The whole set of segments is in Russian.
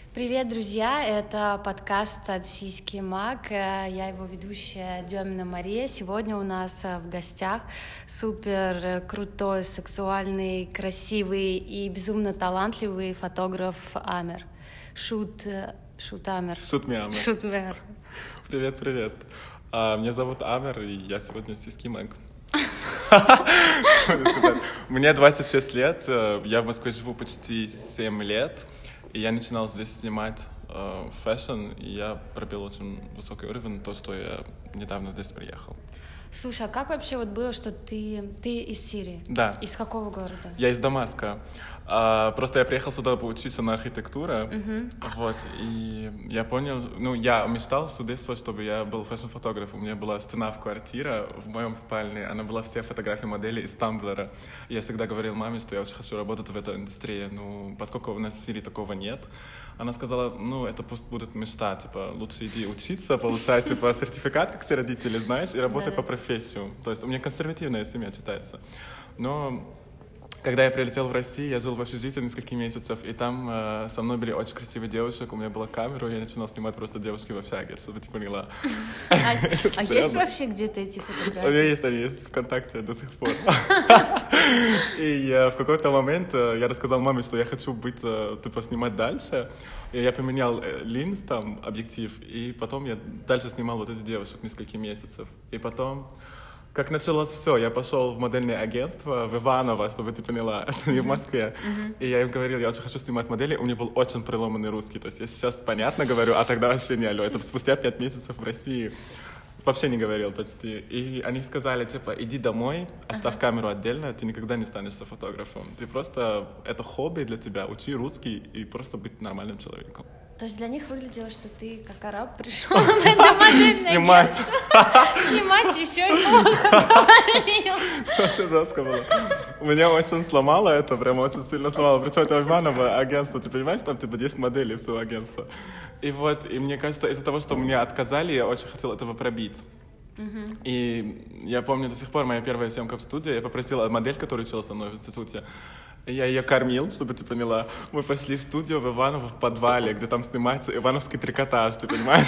Привет, друзья! Это подкаст от Сиськи Мак. Я его ведущая Демина Мария. Сегодня у нас в гостях супер крутой, сексуальный, красивый и безумно талантливый фотограф Амер. Шут Амер. Шутмер. Привет. Меня зовут Амер, и я сегодня Сиськи Мак. Мне 26 лет, я в Москве живу почти 7 лет. И я начинал здесь снимать фэшн, и я пробил очень высокий уровень, то, что я недавно здесь приехал. Слушай, а как вообще вот было, что ты из Сирии? Да. Из какого города? Я из Дамаска. Просто я приехал сюда поучиться на архитектуру, вот, и я понял, я мечтал всю детство, чтобы я был фэшн-фотограф. У меня была стена в квартире в моем спальне, она была все фотографии моделей из Тамблера. Я всегда говорил маме, что я очень хочу работать в этой индустрии, поскольку у нас в Сирии такого нет. Она сказала, это пусть будет мечта, лучше иди учиться, получай, сертификат, как все родители, знаешь, и работай по профессию. То есть у меня консервативная семья считается. Но когда я прилетел в Россию, я жил в общежитии несколько месяцев, и там со мной были очень красивые девушки, у меня была камера, и я начинал снимать просто девушки в общаге, чтобы ты поняла. А есть вообще где-то эти фотографии? У меня есть, они есть ВКонтакте до сих пор. И в какой-то момент я рассказал маме, что я хочу снимать дальше, и я поменял линз, там, объектив, и потом я дальше снимал вот этих девушек несколько месяцев. И потом... Как началось все, я пошел в модельное агентство в Иваново, чтобы ты поняла, это не в Москве. И я им говорил, я очень хочу снимать модели, у меня был очень преломанный русский. То есть я сейчас понятно говорю, а тогда вообще не алло. Это спустя 5 месяцев в России. Вообще не говорил почти. И они сказали, иди домой, оставь камеру отдельно, ты никогда не станешь фотографом. Ты просто, это хобби для тебя, учи русский и просто быть нормальным человеком. То есть для них выглядело, что ты как араб пришел на это модельное агентство. Снимать еще и плохо говорил. Очень жестко было. Меня очень сломало это, прям очень сильно сломало. Причем это Иваново агентство, ты понимаешь, там 10 моделей всего агентства. И мне кажется, из-за того, что мне отказали, я очень хотел этого пробить. И я помню до сих пор, моя первая съемка в студии, я попросила модель, которая училась со мной в институте, я ее кормил, чтобы ты поняла. Мы пошли в студию в Иваново в подвале, где там снимается ивановский трикотаж, ты понимаешь?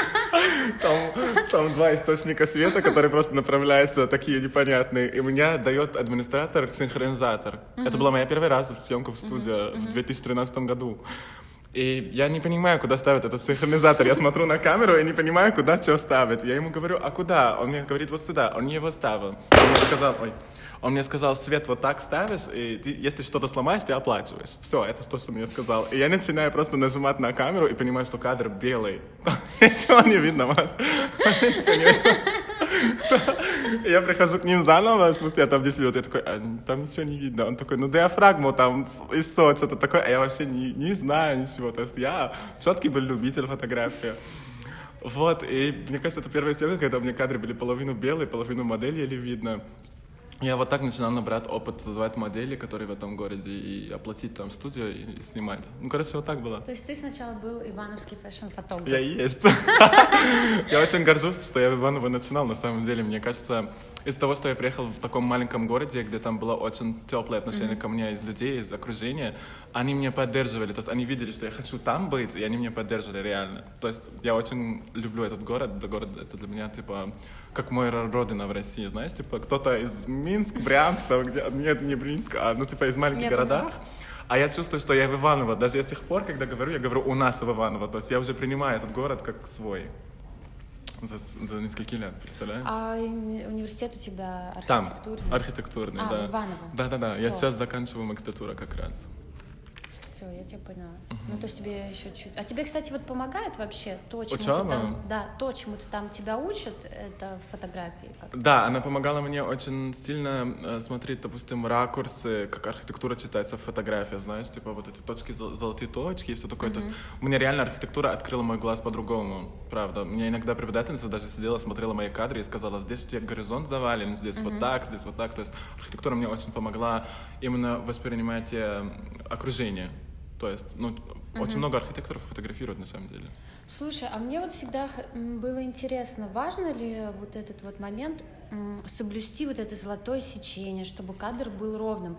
Там 2 источника света, которые просто направляются такие непонятные. И меня дает администратор синхронизатор. Это была моя первый раз в съемку в студии в 2013 году. И я не понимаю, куда ставят этот синхронизатор. Я смотрю на камеру и не понимаю, куда что ставить. Я ему говорю, а куда? Он мне говорит, вот сюда. Он не его ставил. Он мне сказал, свет вот так ставишь, и если что-то сломаешь, ты оплачиваешь. Все, это то, что он мне сказал. И я начинаю просто нажимать на камеру и понимаю, что кадр белый. Ничего не видно, Маш. Я прихожу к ним заново, спустя 10 минут, я такой, там ничего не видно. Он такой, диафрагму там, ISO, что-то такое. А я вообще не знаю ничего. То есть я четкий был любитель фотографии. Вот, и мне кажется, это первая съемка, когда у меня кадры были половину белые, половину модели еле видно. Я вот так начинал набрать опыт, создавать модели, которые в этом городе, и оплатить там студию и снимать. Вот так было. То есть ты сначала был ивановский фэшн-фотограф? Я и есть. Я очень горжусь, что я в Иваново начинал, на самом деле. Мне кажется, из-за того, что я приехал в таком маленьком городе, где там было очень теплое отношение ко мне из людей, из окружения, они меня поддерживали. То есть они видели, что я хочу там быть, и они меня поддерживали реально. То есть я очень люблю этот город. Город это для меня, как моя родина в России, знаешь, кто-то из Минска, Брянска, нет, не Брянск, из маленьких городах. А я чувствую, что я в Иваново. Даже я с тех пор, когда говорю, я говорю у нас в Иваново. То есть я уже принимаю этот город как свой. За несколько лет, представляешь? А университет у тебя архитектурный? Там, архитектурный, да. в Иваново? Да. Я сейчас заканчиваю магистратуру как раз. Все, я тебя поняла. То есть тебе еще чуть... А тебе, кстати, помогает вообще то, чему Учеба? ты там... Да, то, чему ты там тебя учат, это фотографии. Да, она помогала мне очень сильно смотреть, допустим, ракурсы, как архитектура читается в фотографии, знаешь, вот эти точки, золотые точки и все такое. То есть у меня реально архитектура открыла мой глаз по-другому, правда. Мне иногда преподавательница даже сидела, смотрела мои кадры и сказала, здесь у тебя горизонт завален, здесь вот так, здесь вот так. То есть архитектура мне очень помогла именно воспринимать окружение. То есть, очень много архитекторов фотографируют на самом деле. Слушай, а мне всегда было интересно, важно ли вот этот момент соблюсти это золотое сечение, чтобы кадр был ровным?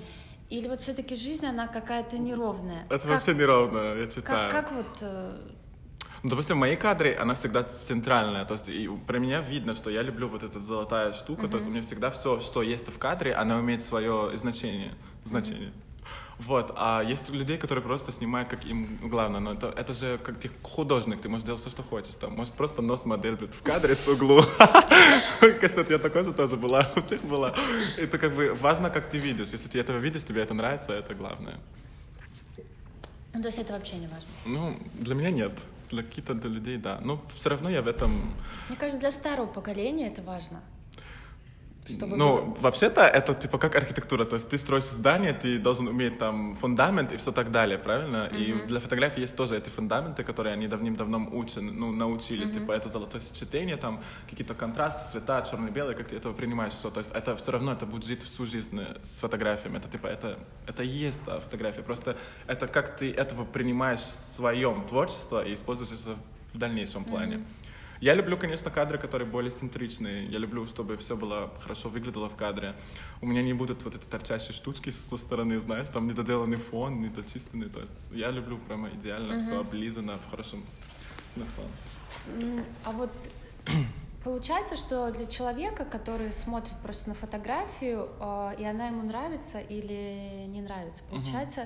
Или вот все-таки жизнь, она какая-то неровная? Это вообще неровно, я читаю. Как вот... Ну, допустим, мои кадры, она всегда центральная, то есть и про меня видно, что я люблю вот эта золотая штука, то есть у меня всегда все, что есть в кадре, она имеет свое значение. Вот, а есть людей, которые просто снимают, как им главное, но это же как ты художник, ты можешь делать все, что хочешь, там, может просто нос-модель быть в кадре с углу. Кстати, я такой же тоже была, у всех была. Это как бы важно, как ты видишь, если ты этого видишь, тебе это нравится, это главное. Ну, то есть это вообще не важно? Ну, для меня нет. Для каких-то людей, да. Но все равно я в этом... Мне кажется, для старого поколения это важно. Чтобы вообще-то это типа как архитектура. То есть ты строишь здание, ты должен уметь там фундамент и все так далее, правильно? И для фотографии есть тоже эти фундamenты, которые они давным-давно научились. Типа это золотое сочетание, там какие-то контрасты, цвета, черно-белые, как ты этого принимаешь все. То есть это все равно это будет жить всю жизнь с фотографиями. Это типа это и есть фотография. Просто это как ты этого принимаешь в своем творчестве и используешь это в дальнейшем плане. Я люблю, конечно, кадры, которые более центричные. Я люблю, чтобы все было хорошо выглядело в кадре. У меня не будут вот эти торчащие штучки со стороны, знаешь, там недоделанный фон, недочистенный. То есть я люблю прямо идеально все облизано в хорошем смысле. А вот получается, что для человека, который смотрит просто на фотографию, и она ему нравится или не нравится, получается...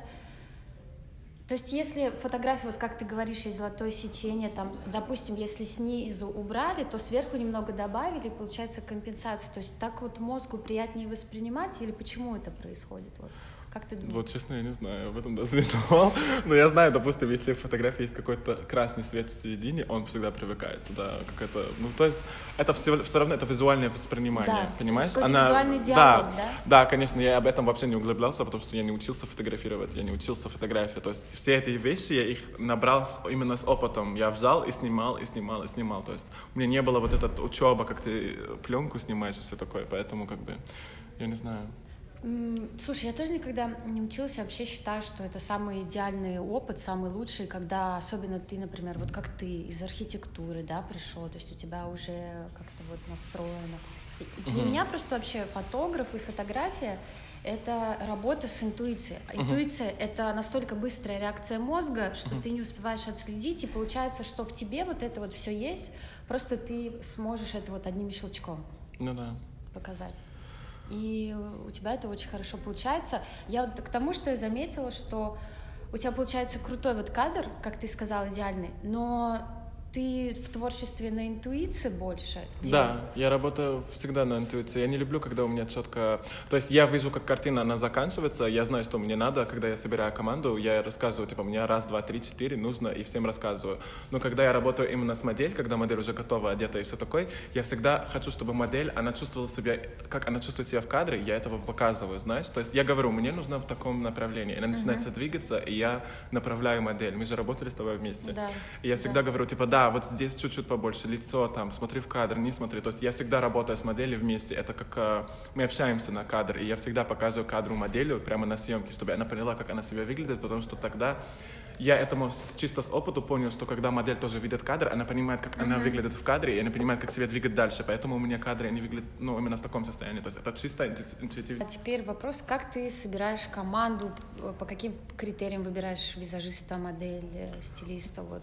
То есть если фотография, вот как ты говоришь, есть золотое сечение, там, допустим, если снизу убрали, то сверху немного добавили, получается компенсация. То есть так вот мозгу приятнее воспринимать, или почему это происходит? Вот. Как ты думаешь? Вот, честно, я не знаю, об этом даже не думал. Но я знаю, допустим, если в фотографии есть какой-то красный свет в середине, он всегда привыкает туда. То есть это все равно это визуальное воспринимание, да, понимаешь? Визуальный диалог, да? Да, конечно, я об этом вообще не углублялся, потому что я не учился фотографировать, я не учился фотографии. То есть все эти вещи, я их набрал именно с опытом. Я взял и снимал, и снимал, и снимал. То есть у меня не было вот этой учебы, как ты пленку снимаешь и все такое, поэтому как бы, я не знаю. Слушай, я тоже никогда не училась, я вообще считаю, что это самый идеальный опыт, самый лучший, когда особенно ты, например, вот как ты из архитектуры, да, пришел, то есть у тебя уже как-то вот настроено. Для меня просто вообще фотограф и фотография — это работа с интуицией. Интуиция — это настолько быстрая реакция мозга, что ты не успеваешь отследить, и получается, что в тебе вот это вот все есть, просто ты сможешь это вот одним щелчком показать. И у тебя это очень хорошо получается. Я вот к тому, что я заметила, что у тебя получается крутой вот кадр, как ты сказал, идеальный, но ты в творчестве на интуиции больше делаешь? Да, я работаю всегда на интуиции. Я не люблю, когда у меня четко... То есть я вижу, как картина, она заканчивается, я знаю, что мне надо. Когда я собираю команду, я рассказываю, типа, мне 1, 2, 3, 4 нужно, и всем рассказываю. Но когда я работаю именно с моделью, когда модель уже готова, одета и все такое, я всегда хочу, чтобы модель, она чувствовала себя, как она чувствует себя в кадре, я этого показываю, знаешь? То есть я говорю, мне нужно в таком направлении. Она начинается двигаться, и я направляю модель. Мы же работали с тобой вместе. Да. И я всегда говорю, типа, да, вот здесь чуть-чуть побольше, лицо там, смотри в кадр, не смотри. То есть я всегда работаю с моделью вместе. Это как мы общаемся на кадр, и я всегда показываю кадру моделью прямо на съемке, чтобы она поняла, как она себя выглядит, потому что тогда я этому чисто с опыту понял, что когда модель тоже видит кадр, она понимает, как она выглядит в кадре, и она понимает, как себя двигать дальше. Поэтому у меня кадры, они выглядят, именно в таком состоянии. То есть это чисто интуитивно. А теперь вопрос, как ты собираешь команду, по каким критериям выбираешь визажиста, модель, стилиста, вот...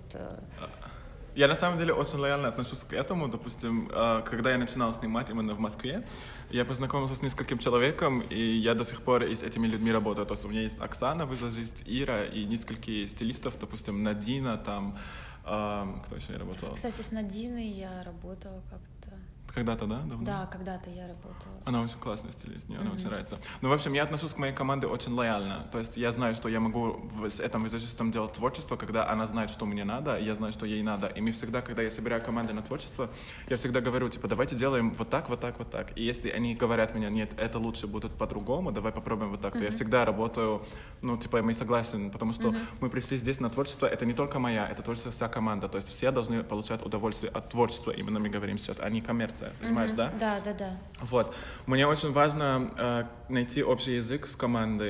Я на самом деле очень лояльно отношусь к этому. Допустим, когда я начинал снимать именно в Москве, я познакомился с нескольким человеком, и я до сих пор и с этими людьми работаю. То есть у меня есть Оксана, визажист, Ира, и несколько стилистов, допустим, Надина, там, кто еще я работала? Кстати, с Надиной я работала как-то. Когда-то, да? Давно? Да, когда-то я работала. Она очень классная стилист, мне она очень нравится. Ну, в общем, я отношусь к моей команде очень лояльно. То есть я знаю, что я могу с этим визажистом делать творчество, когда она знает, что мне надо, и я знаю, что ей надо. И мы всегда, когда я собираю команду на творчество, я всегда говорю, типа, давайте делаем вот так, вот так, вот так. И если они говорят мне, нет, это лучше будет по-другому, давай попробуем вот так, то я всегда работаю, мы согласны, потому что мы пришли здесь на творчество, это не только моя, это творчество вся команда. То есть все должны получать удовольствие от творчества, именно мы говорим сейчас, а не коммерция, понимаешь, да? Да. Вот. Мне очень важно найти общий язык с командой.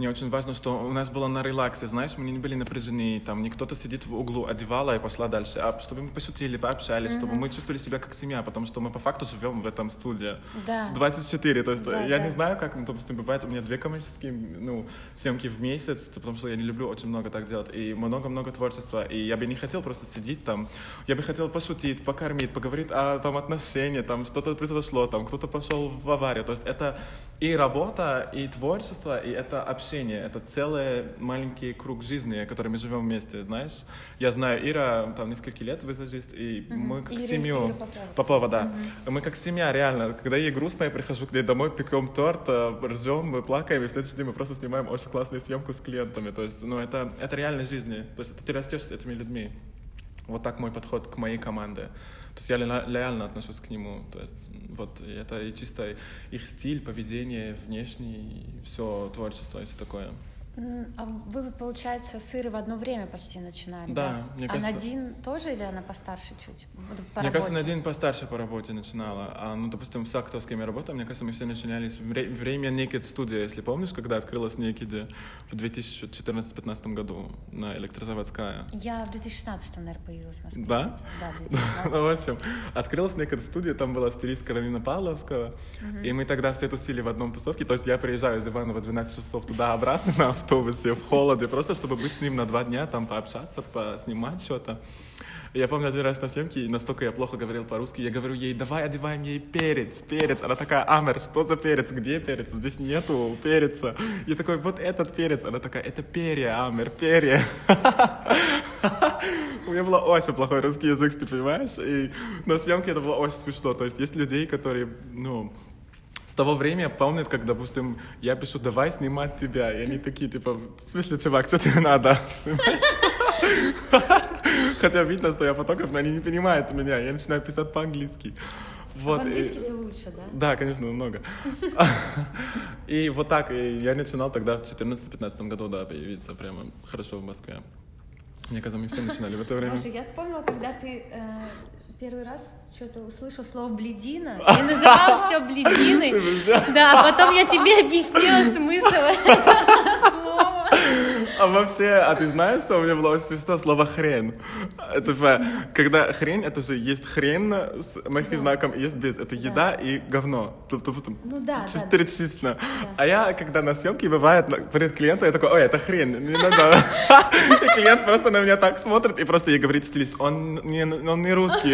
мне очень важно, что у нас было на релаксе, знаешь, мы не были напряжены, там, не кто-то сидит в углу, одевала и пошла дальше, а чтобы мы пошутили, пообщались, чтобы мы чувствовали себя как семья, потому что мы по факту живем в этом студии. Да. 24, то есть я не знаю, как, допустим, бывает, у меня 2 коммерческие, съемки в месяц, потому что я не люблю очень много так делать, и много-много творчества, и я бы не хотел просто сидеть там, я бы хотел пошутить, покормить, поговорить о там отношениях, там что-то произошло, там кто-то пошел в аварию, то есть это и работа, и творчество, и это общение, это целый маленький круг жизни, в котором мы живем вместе, знаешь. Я знаю, Ира там несколько лет визажист, и мы как семью... Попова, да. Мы как семья, реально. Когда ей грустно, я прихожу к ней домой, пекем торт, ржем, мы плакаем, и в следующий день мы просто снимаем очень классную съемку с клиентами. То есть, это реальность жизни. То есть ты растешь с этими людьми. Вот так мой подход к моей команде. То есть я реально отношусь к нему. То есть вот это и чисто их стиль, поведение, внешний, все творчество и все такое. А вы, получается, с Ирой в одно время почти начинали, да? Мне кажется... А Надин тоже или она постарше чуть? Мне кажется, Надин постарше по работе начинала. А, допустим, вся, кто с кем я работал, мне кажется, мы все начинали время Naked Studio, если помнишь, когда открылась Naked в 2014-2015 году на Электрозаводская. Я в 2016, наверное, появилась в Москве. Да? Да, в 2016. Ну, в общем, открылась Naked Studio, там была стилист Каролина Павловская, и мы тогда все тусили в одном тусовке, то есть я приезжаю из Иванова 12 часов туда-обратно на автобусе в холоде, просто чтобы быть с ним на 2 дня, там пообщаться, поснимать что-то. Я помню один раз на съемке, и настолько я плохо говорил по-русски, я говорю ей, давай одеваем ей перец. Она такая, Амер, что за перец, где перец? Здесь нету перца. Я такой, вот этот перец. Она такая, это перья, Амер, перья. У меня был очень плохой русский язык, ты понимаешь? И на съемке это было очень смешно. То есть есть людей, которые, с того времени помнят, как, допустим, я пишу, давай снимать тебя. И они такие, типа, в смысле, чувак, что тебе надо? Хотя видно, что я фотограф, но они не понимают меня. Я начинаю писать по-английски. Вот. По-английски ты лучше, да? Да, конечно, намного. И вот так, и я начинал тогда в 2014-2015 году, да, появиться прямо хорошо в Москве. Мне кажется, мы все начинали в это время. Боже, я вспомнила, когда ты первый раз что-то услышал слово «блядина» и называл все «блядиной». Да, потом я тебе объяснила смысл этого слова. А вообще, ты знаешь, что у меня было очень смешно слово «хрен»? Это, когда хрень, это же есть хрен с мягким знаком, есть без. Это еда и говно. Чисто. А я, когда на съемке бывает перед клиентом, я такой, ой, это хрень, не надо. И клиент просто на меня так смотрит и просто ей говорит стилист, он не русский.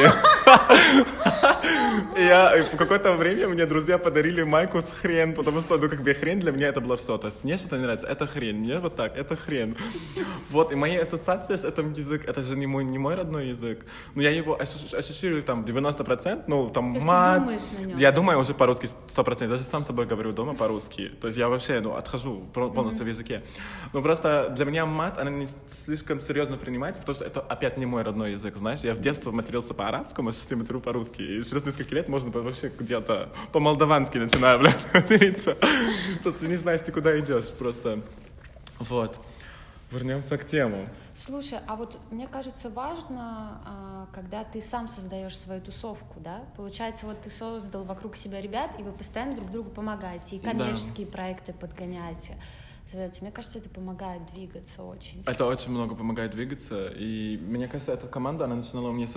И в какое-то время мне друзья подарили майку с хрен, потому что, хрень для меня это было все. То есть мне что-то не нравится, это хрень, мне вот так, это хрен. Вот, и мои ассоциации с этим языком, это же не мой родной язык. Но я его ассоциирую там 90%, там мат. Я думаю уже по-русски 100%, даже сам с собой говорю дома по-русски. То есть я вообще, отхожу полностью в языке. Но просто для меня мат, она не слишком серьезно принимается, потому что это опять не мой родной язык, знаешь. Я в детстве матерился по-арабскому, а сейчас я матерю по-русски. И через несколько лет можно вообще где-то по-молдавански начинаю, материться. Просто не знаешь, ты куда идешь, просто. Вот. Вернемся к тему. Слушай, а вот мне кажется важно, когда ты сам создаешь свою тусовку, да? Получается, вот ты создал вокруг себя ребят, и вы постоянно друг другу помогаете, и коммерческие проекты подгоняете. Мне кажется, это помогает двигаться очень. Это очень много помогает двигаться. И мне кажется, эта команда, она начинала у меня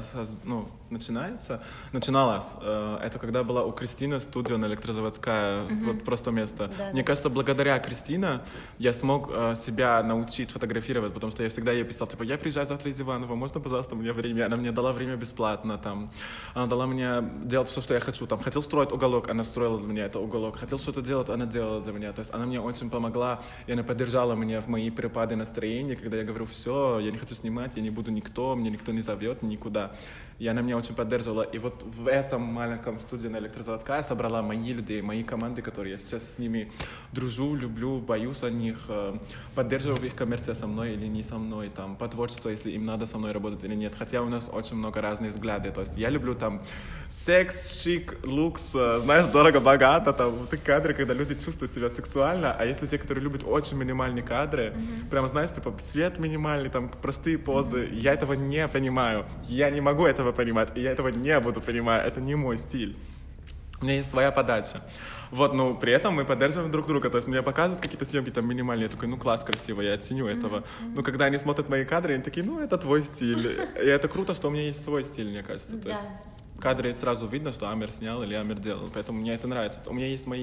начиналась. Это когда была у Кристины студия на Электрозаводская, вот просто место. Да, мне кажется, благодаря Кристине я смог себя научить фотографировать, потому что я всегда ей писал, типа, я приезжаю завтра из Иванова, можно, пожалуйста, мне время? Она мне дала время бесплатно, там. Она дала мне делать все, что я хочу. Там, хотел строить уголок, она строила для меня это уголок. Хотел что-то делать, она делала для меня. То есть она мне очень помогла. И она поддержала меня в мои перепады настроения, когда я говорю, все, я не хочу снимать, я не буду никто, мне никто не зовет никуда. И она меня очень поддерживала. И вот в этом маленьком студии на Электрозаводской я собрала мои людей, мои команды, которые я сейчас с ними дружу, люблю, боюсь о них, поддерживаю их коммерция со мной или не со мной, там, по творчеству, если им надо со мной работать или нет. Хотя у нас очень много разных взглядов. То есть я люблю там секс, шик, лукс, знаешь, дорого-богато, там, такие кадры, когда люди чувствуют себя сексуально, а если те, которые любят очень минимальные кадры, прям, знаешь, типа свет минимальный, там, простые позы, я этого не понимаю, я не могу этого понимать, и я этого не буду понимать, это не мой стиль. У меня есть своя подача. Вот, но при этом мы поддерживаем друг друга. То есть мне показывают какие-то съемки там минимальные. Я такой, ну класс, красиво, я оценю этого. Но когда они смотрят мои кадры, они такие, ну это твой стиль. И это круто, что у меня есть свой стиль, мне кажется. То есть кадры сразу видно, что Амир снял или Амир делал. Поэтому мне это нравится. У меня есть мой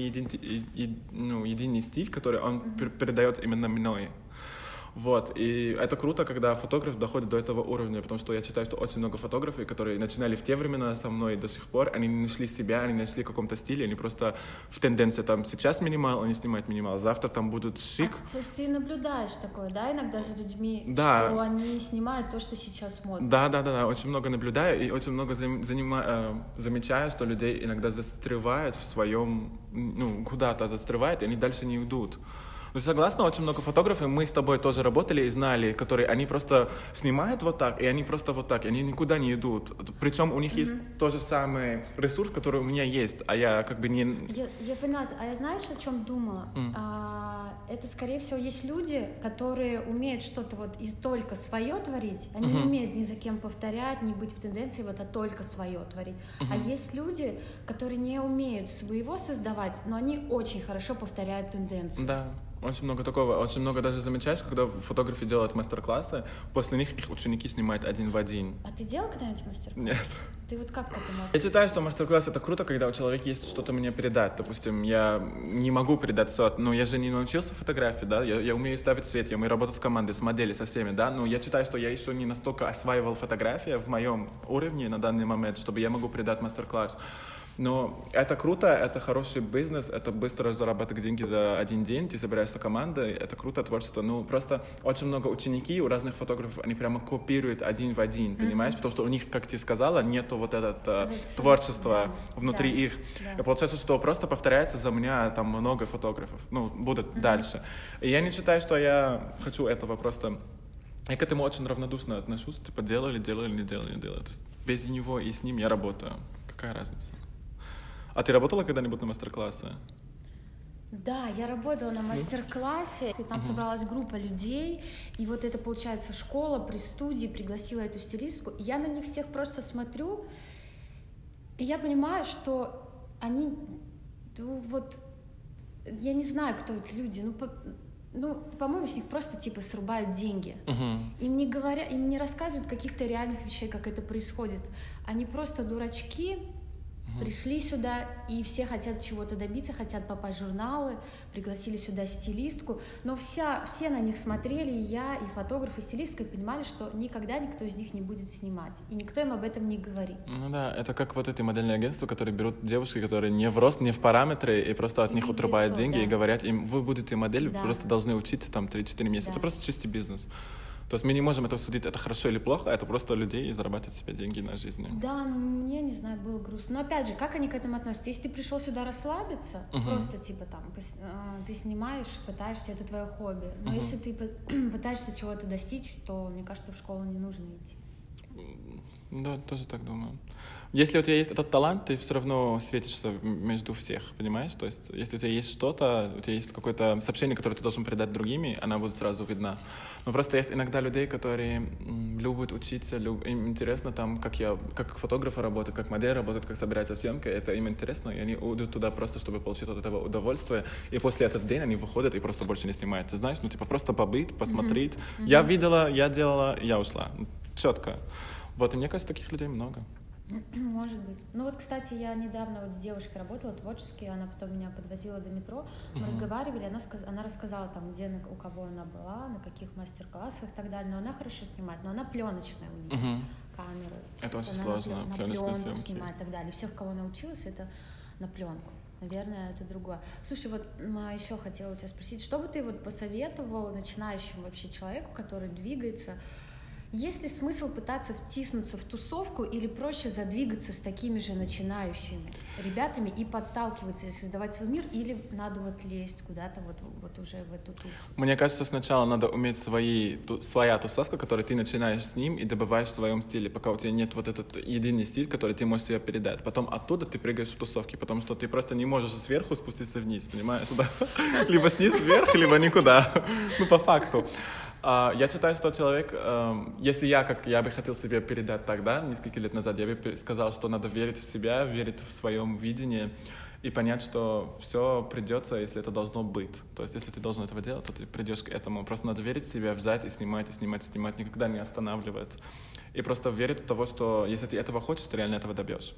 единый стиль, который он передает именно мной. Вот, и это круто, когда фотограф доходит до этого уровня, потому что я считаю, что очень много фотографов, которые начинали в те времена со мной до сих пор, они не нашли себя, они нашли в каком-то стиле, они просто в тенденции там сейчас минимал, они снимают минимал, завтра там будут шик. То есть ты наблюдаешь такое, да, иногда за людьми, да. Что они снимают то, что сейчас модно? Да, очень много наблюдаю и очень много замечаю, что людей иногда застревают в своем, куда-то застревают, и они дальше не идут. Ну, согласна, очень много фотографов, мы с тобой тоже работали и знали, которые, они просто снимают вот так, и они просто вот так, и они никуда не идут. Причем у них есть тот же самый ресурс, который у меня есть, а я как бы не... Я поняла, а я знаешь, о чем думала? Это, скорее всего, есть люди, которые умеют что-то вот и только свое творить, они не умеют ни за кем повторять, не быть в тенденции, вот, а только свое творить. А есть люди, которые не умеют своего создавать, но они очень хорошо повторяют тенденцию. Да. Очень много такого, очень много даже замечаешь, когда фотографы делают мастер-классы, после них их ученики снимают один в один. А ты делал когда-нибудь мастер-класс? Нет. Ты вот как к этому? Я считаю, что мастер-класс — это круто, когда у человека есть что-то мне передать. Допустим, я не могу передать все, но я же не научился фотографии, да, я умею ставить свет, я умею работать с командой, с моделью, со всеми, да, но я считаю, что я еще не настолько осваивал фотографию в моем уровне на данный момент, чтобы я могу передать мастер-класс. Но это круто, это хороший бизнес, это быстро зарабатывать деньги за один день, ты собираешься командой, это круто творчество. Ну, просто очень много учеников у разных фотографов, они прямо копируют один в один, понимаешь? Потому что у них, как ты сказала, нету вот этого творчества внутри их. И получается, что просто повторяется за меня там много фотографов, будут дальше. И я не считаю, что я хочу этого просто... Я к этому очень равнодушно отношусь, типа делали, не делали. То есть без него и с ним я работаю. Какая разница? А ты работала когда-нибудь на мастер-классе? Да, я работала на мастер-классе, и там собралась группа людей, и вот это, получается, школа при студии пригласила эту стилистку, и я на них всех просто смотрю, и я понимаю, что они, я не знаю, кто эти люди, по-моему, с них просто, срубают деньги. Им не говорят, им не рассказывают каких-то реальных вещей, как это происходит. Они просто дурачки, пришли сюда, и все хотят чего-то добиться, хотят попасть в журналы, пригласили сюда стилистку, но все на них смотрели, и я, и фотограф, и стилистка, и понимали, что никогда никто из них не будет снимать, и никто им об этом не говорит. Ну да, это как вот эти модельные агентства, которые берут девушки, которые не в рост, не в параметры, и просто от них отрубают деньги, и говорят им, вы будете модель, вы просто должны учиться там 3-4 месяца. Это просто чистый бизнес. То есть мы не можем это судить, это хорошо или плохо, это просто людей зарабатывать себе деньги на жизнь. Да, мне, не знаю, было грустно. Но опять же, как они к этому относятся? Если ты пришел сюда расслабиться, просто ты снимаешь, пытаешься, это твое хобби. Но если ты пытаешься чего-то достичь, то, мне кажется, в школу не нужно идти. Да, тоже так думаю. Если у тебя есть этот талант, ты все равно светишься между всех, понимаешь? То есть, если у тебя есть что-то, у тебя есть какое-то сообщение, которое ты должен передать другими, она будет сразу видна. Но просто есть иногда людей, которые любят учиться, им интересно там, как фотографы работают, как модель работает, как собирается съемка, это им интересно, и они идут туда просто, чтобы получить от этого удовольствие, и после этого дня они выходят и просто больше не снимают. Ты знаешь, просто побыть, посмотреть. Я видела, я делала, я ушла. Четко. Вот, и мне кажется, таких людей много. Может быть. Кстати, я недавно с девушкой работала творчески, она потом меня подвозила до метро, мы разговаривали, она рассказала там, где, у кого она была, на каких мастер-классах и так далее, но она хорошо снимает, но она пленочная у нее, камера. Это очень сложно, пленочные съемки. Снимает и так далее. Всех, кого она училась, это на пленку. Наверное, это другое. Слушай, еще хотела у тебя спросить, что бы ты посоветовал начинающему вообще человеку, который двигается? Есть ли смысл пытаться втиснуться в тусовку или проще задвигаться с такими же начинающими ребятами и подталкиваться, и создавать свой мир, или надо лезть куда-то уже в эту тусу? Мне кажется, сначала надо уметь своя тусовка, которую ты начинаешь с ним и добываешь в своем стиле, пока у тебя нет этот единый стиль, который ты можешь себе передать. Потом оттуда ты прыгаешь в тусовки, потому что ты просто не можешь сверху спуститься вниз, понимаешь? Либо снизу вверх, либо никуда. По факту. Я считаю, что человек, если я бы хотел себе передать тогда, несколько лет назад, я бы сказал, что надо верить в себя, верить в своем видении и понять, что все придется, если это должно быть. То есть, если ты должен этого делать, то ты придешь к этому. Просто надо верить в себя, взять и снимать, никогда не останавливает. И просто верить в того, что если ты этого хочешь, ты реально этого добьешь.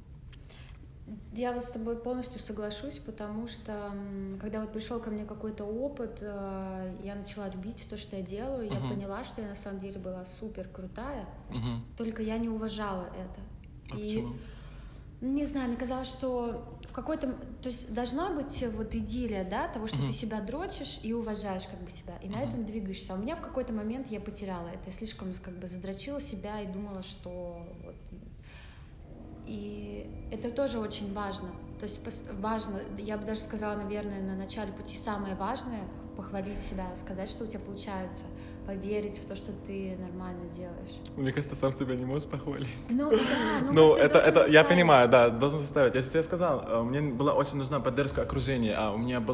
Я вот с тобой полностью соглашусь, потому что когда вот пришел ко мне какой-то опыт, я начала любить то, что я делаю, я поняла, что я на самом деле была супер крутая, только я не уважала это. Почему? Не знаю, мне казалось, что в какой-то... То есть должна быть вот идиллия, да, того, что ты себя дрочишь и уважаешь как бы себя, и на этом двигаешься. А у меня в какой-то момент я потеряла это, я слишком как бы задрочила себя и думала, что... Вот... И это тоже очень важно. То есть важно, я бы даже сказала, наверное, на начале пути самое важное — похвалить себя, сказать, что у тебя получается, поверить в то, что ты нормально делаешь. Мне кажется, сам себя не можешь похвалить. Ну, да, это я понимаю, да, должен заставить. Я тебе сказал, мне была очень нужна поддержка окружения, а у меня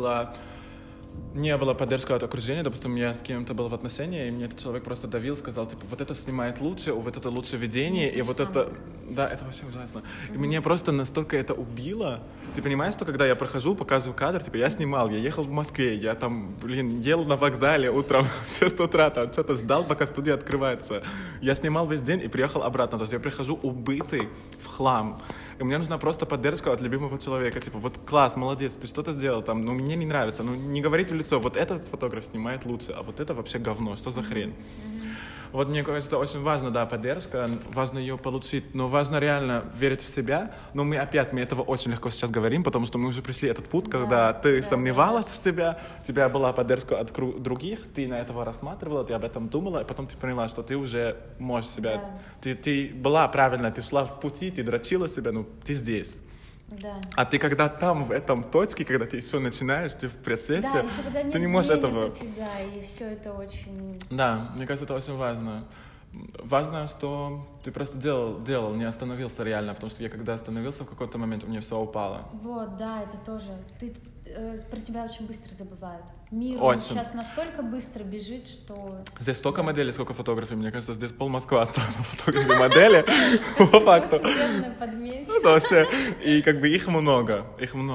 не было поддержки от окружения, допустим, я с кем-то был в отношении, и мне этот человек просто давил, сказал, типа, вот это снимает лучше, вот это лучше видение, и вот это... Да, это вообще ужасно. И меня просто настолько это убило. Ты понимаешь, что когда я прохожу, показываю кадр, типа, я снимал, я ехал в Москве, я там, ел на вокзале утром в 6 утра, там что-то ждал, пока студия открывается. Я снимал весь день и приехал обратно. То есть я прихожу убитый в хлам. И мне нужна просто поддержка от любимого человека. Типа, вот класс, молодец, ты что-то сделал там, ну мне не нравится. Ну не говорить в лицо, вот этот фотограф снимает лучше, а вот это вообще говно, что за хрень? Вот мне кажется, очень важно, да, поддержка, важно ее получить, но важно реально верить в себя. Но мы этого очень легко сейчас говорим, потому что мы уже пришли этот путь, когда ты сомневалась в себя, у тебя была поддержка от других, ты на этого рассматривала, ты об этом думала, и потом ты поняла, что ты уже можешь себя... Ты была правильно, ты шла в пути, ты дрочила себя, ну ты здесь. Да. А ты когда там, в этом точке, когда ты еще начинаешь, ты в процессе, да, еще когда нет ты не можешь этого... у тебя, и все это очень... Да, мне кажется, это очень важно. Важно, что ты просто делал, не остановился реально, потому что я когда остановился в какой-то момент, у меня все упало. Вот, да, это тоже. Про тебя очень быстро забывают. Мир сейчас настолько быстро бежит, что... Здесь столько моделей, сколько фотографий. Мне кажется, здесь пол Москвы осталось на фотографии модели. По факту. Вообще. И как бы их много.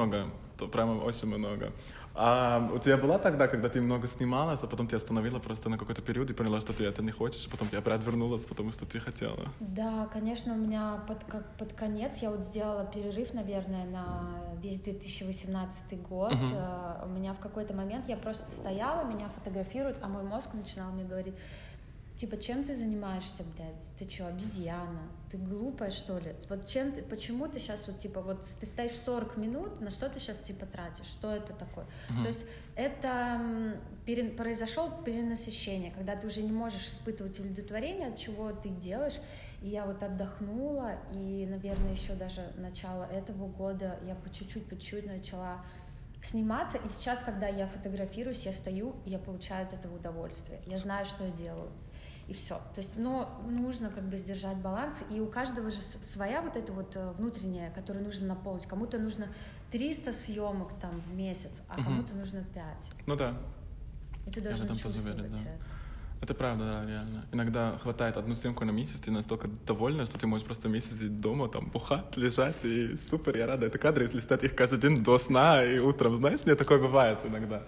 То прямо очень много. А у тебя была тогда, когда ты много снималась, а потом ты остановила просто на какой-то период и поняла, что ты это не хочешь, и потом ты опять вернулась, потому что ты хотела? Да, конечно, у меня под конец я вот сделала перерыв, наверное, на весь 2018 год. У меня в какой-то момент я просто стояла, меня фотографируют, а мой мозг начинал мне говорить, типа, чем ты занимаешься, блядь? Ты что, обезьяна? Ты глупая, что ли? Вот почему ты сейчас вот, типа, вот ты стоишь 40 минут, на что ты сейчас, типа, тратишь? Что это такое? То есть это произошло перенасыщение, когда ты уже не можешь испытывать удовлетворение от чего ты делаешь. И я вот отдохнула, и, наверное, еще даже начало этого года я по чуть-чуть начала сниматься. И сейчас, когда я фотографируюсь, я стою, и я получаю от этого удовольствие. Я знаю, что я делаю. И все. То есть, нужно как бы сдержать баланс, и у каждого же своя вот эта вот внутренняя, которую нужно наполнить. Кому-то нужно 300 съемок там в месяц, а кому-то нужно 5. Ну да. И ты должен чувствовать это. Это правда, да, реально. Иногда хватает одну съемку на месяц, ты настолько довольна, что ты можешь просто месяц сидеть дома, там, бухать, лежать, и супер, я рада. Это кадры, если листать их каждый день до сна и утром. Знаешь, мне такое бывает иногда.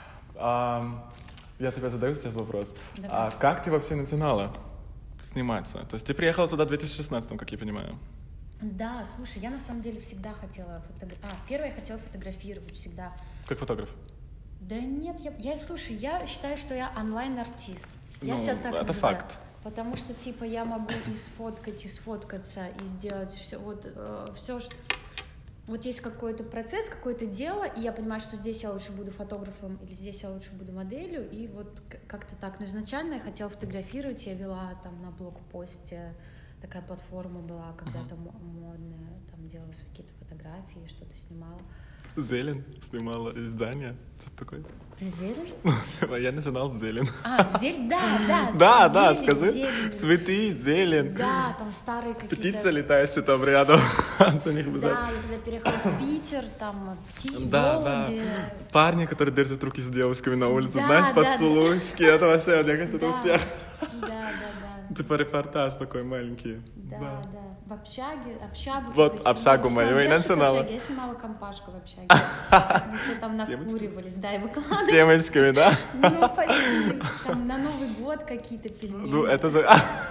Я тебе задаю сейчас вопрос. А как ты вообще начинала сниматься? То есть ты приехала сюда в 2016, как я понимаю? Да, слушай, я на самом деле всегда хотела первое, я хотела фотографировать всегда. Как фотограф? Да нет, слушай, я считаю, что я онлайн-артист. Я себя так это называю. Факт. Потому что, типа, я могу и сфоткаться, и сделать все, что... Вот есть какой-то процесс, какое-то дело, и я понимаю, что здесь я лучше буду фотографом, или здесь я лучше буду моделью, и вот как-то так. Но изначально я хотела фотографировать, я вела там на блогпосте, такая платформа была когда-то модная, там делалась какие-то фотографии, что-то снимала. Зелен снимала издание. Что такое? Зелень? Я начинал с Зелен. Зелень, да. Да, зелень, скажи. зелень. Цветы, зелень. Да, там старые какие-то... Птица летающая там рядом. За них бежать. Да, я тогда переехала в Питер, там птички, Да. голуби. Парни, которые держат руки с девушками на улице, Да, знаешь, да, поцелуйчики. Это вообще, мне кажется, это у всех. Да. Типа репортаж такой маленький. Да. В общагу. Вот общагу мою и начинала. Я снимала компашку в общаге. Мы все там накуривались, да, и выкладывали. С семечками, да? Ну, почти. Там на Новый год какие-то пельмени. Ну, это же...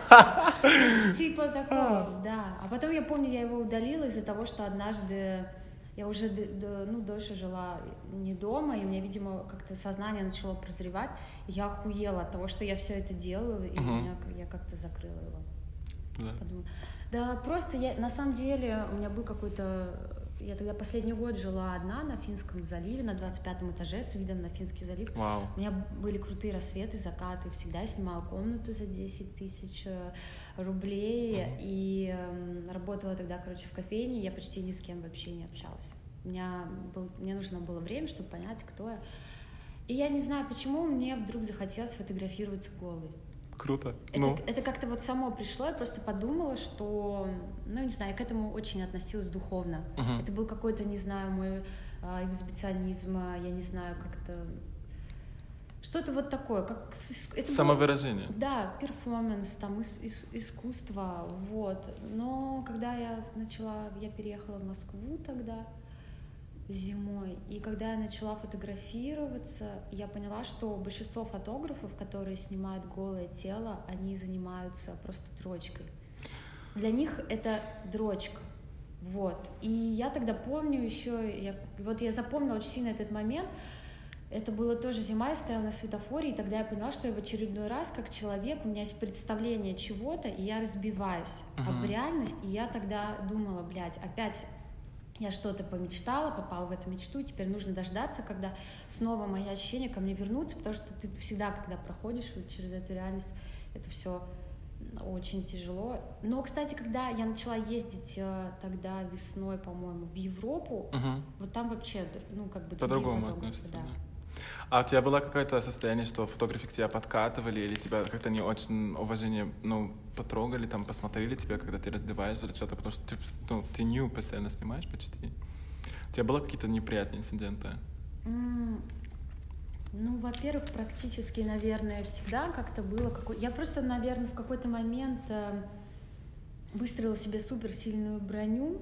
Типа такого, да. А потом я помню, я его удалила из-за того, что однажды я уже дольше жила не дома, и у меня, видимо, как-то сознание начало прозревать. И я охуела от того, что я все это делаю, и я как-то закрыла его. Да. Подумала. Да, просто на самом деле, у меня был какой-то... Я тогда последний год жила одна на Финском заливе, на 25-м этаже с видом на Финский залив. Вау. У меня были крутые рассветы, закаты. Всегда я снимала комнату за 10 тысяч рублей. И работала тогда, в кофейне. Я почти ни с кем вообще не общалась. Мне нужно было время, чтобы понять, кто я. И я не знаю, почему мне вдруг захотелось фотографироваться голой. Круто. Это как-то вот само пришло, я просто подумала, что, не знаю, я к этому очень относилась духовно. Это был какой-то, не знаю, мой эксгибиционизм, я не знаю, как-то... Что-то вот такое, как... Это самовыражение. было, да, перформанс, там, искусство, вот. Но когда я переехала в Москву тогда, зимой. И когда я начала фотографироваться, я поняла, что большинство фотографов, которые снимают голое тело, они занимаются просто дрочкой. Для них это дрочка. Вот. И я тогда помню еще, я запомнила очень сильно этот момент. Это было тоже зима, я стояла на светофоре, и тогда я поняла, что я в очередной раз, как человек, у меня есть представление чего-то, и я разбиваюсь об реальность, и я тогда думала, опять я что-то помечтала, попала в эту мечту, теперь нужно дождаться, когда снова мои ощущения ко мне вернутся, потому что ты всегда, когда проходишь через эту реальность, это все очень тяжело. Но, кстати, когда я начала ездить тогда весной, по-моему, в Европу, вот там вообще, по-другому относится, да. А у тебя было какое-то состояние, что фотографы к тебе подкатывали, или тебя как-то не очень уважение, потрогали, там, посмотрели тебя, когда ты раздеваешься или что-то, потому что ты нью постоянно снимаешь почти. У тебя было какие-то неприятные инциденты? Во-первых, практически, наверное, всегда как-то было... Я просто, наверное, в какой-то момент выстроила себе суперсильную броню,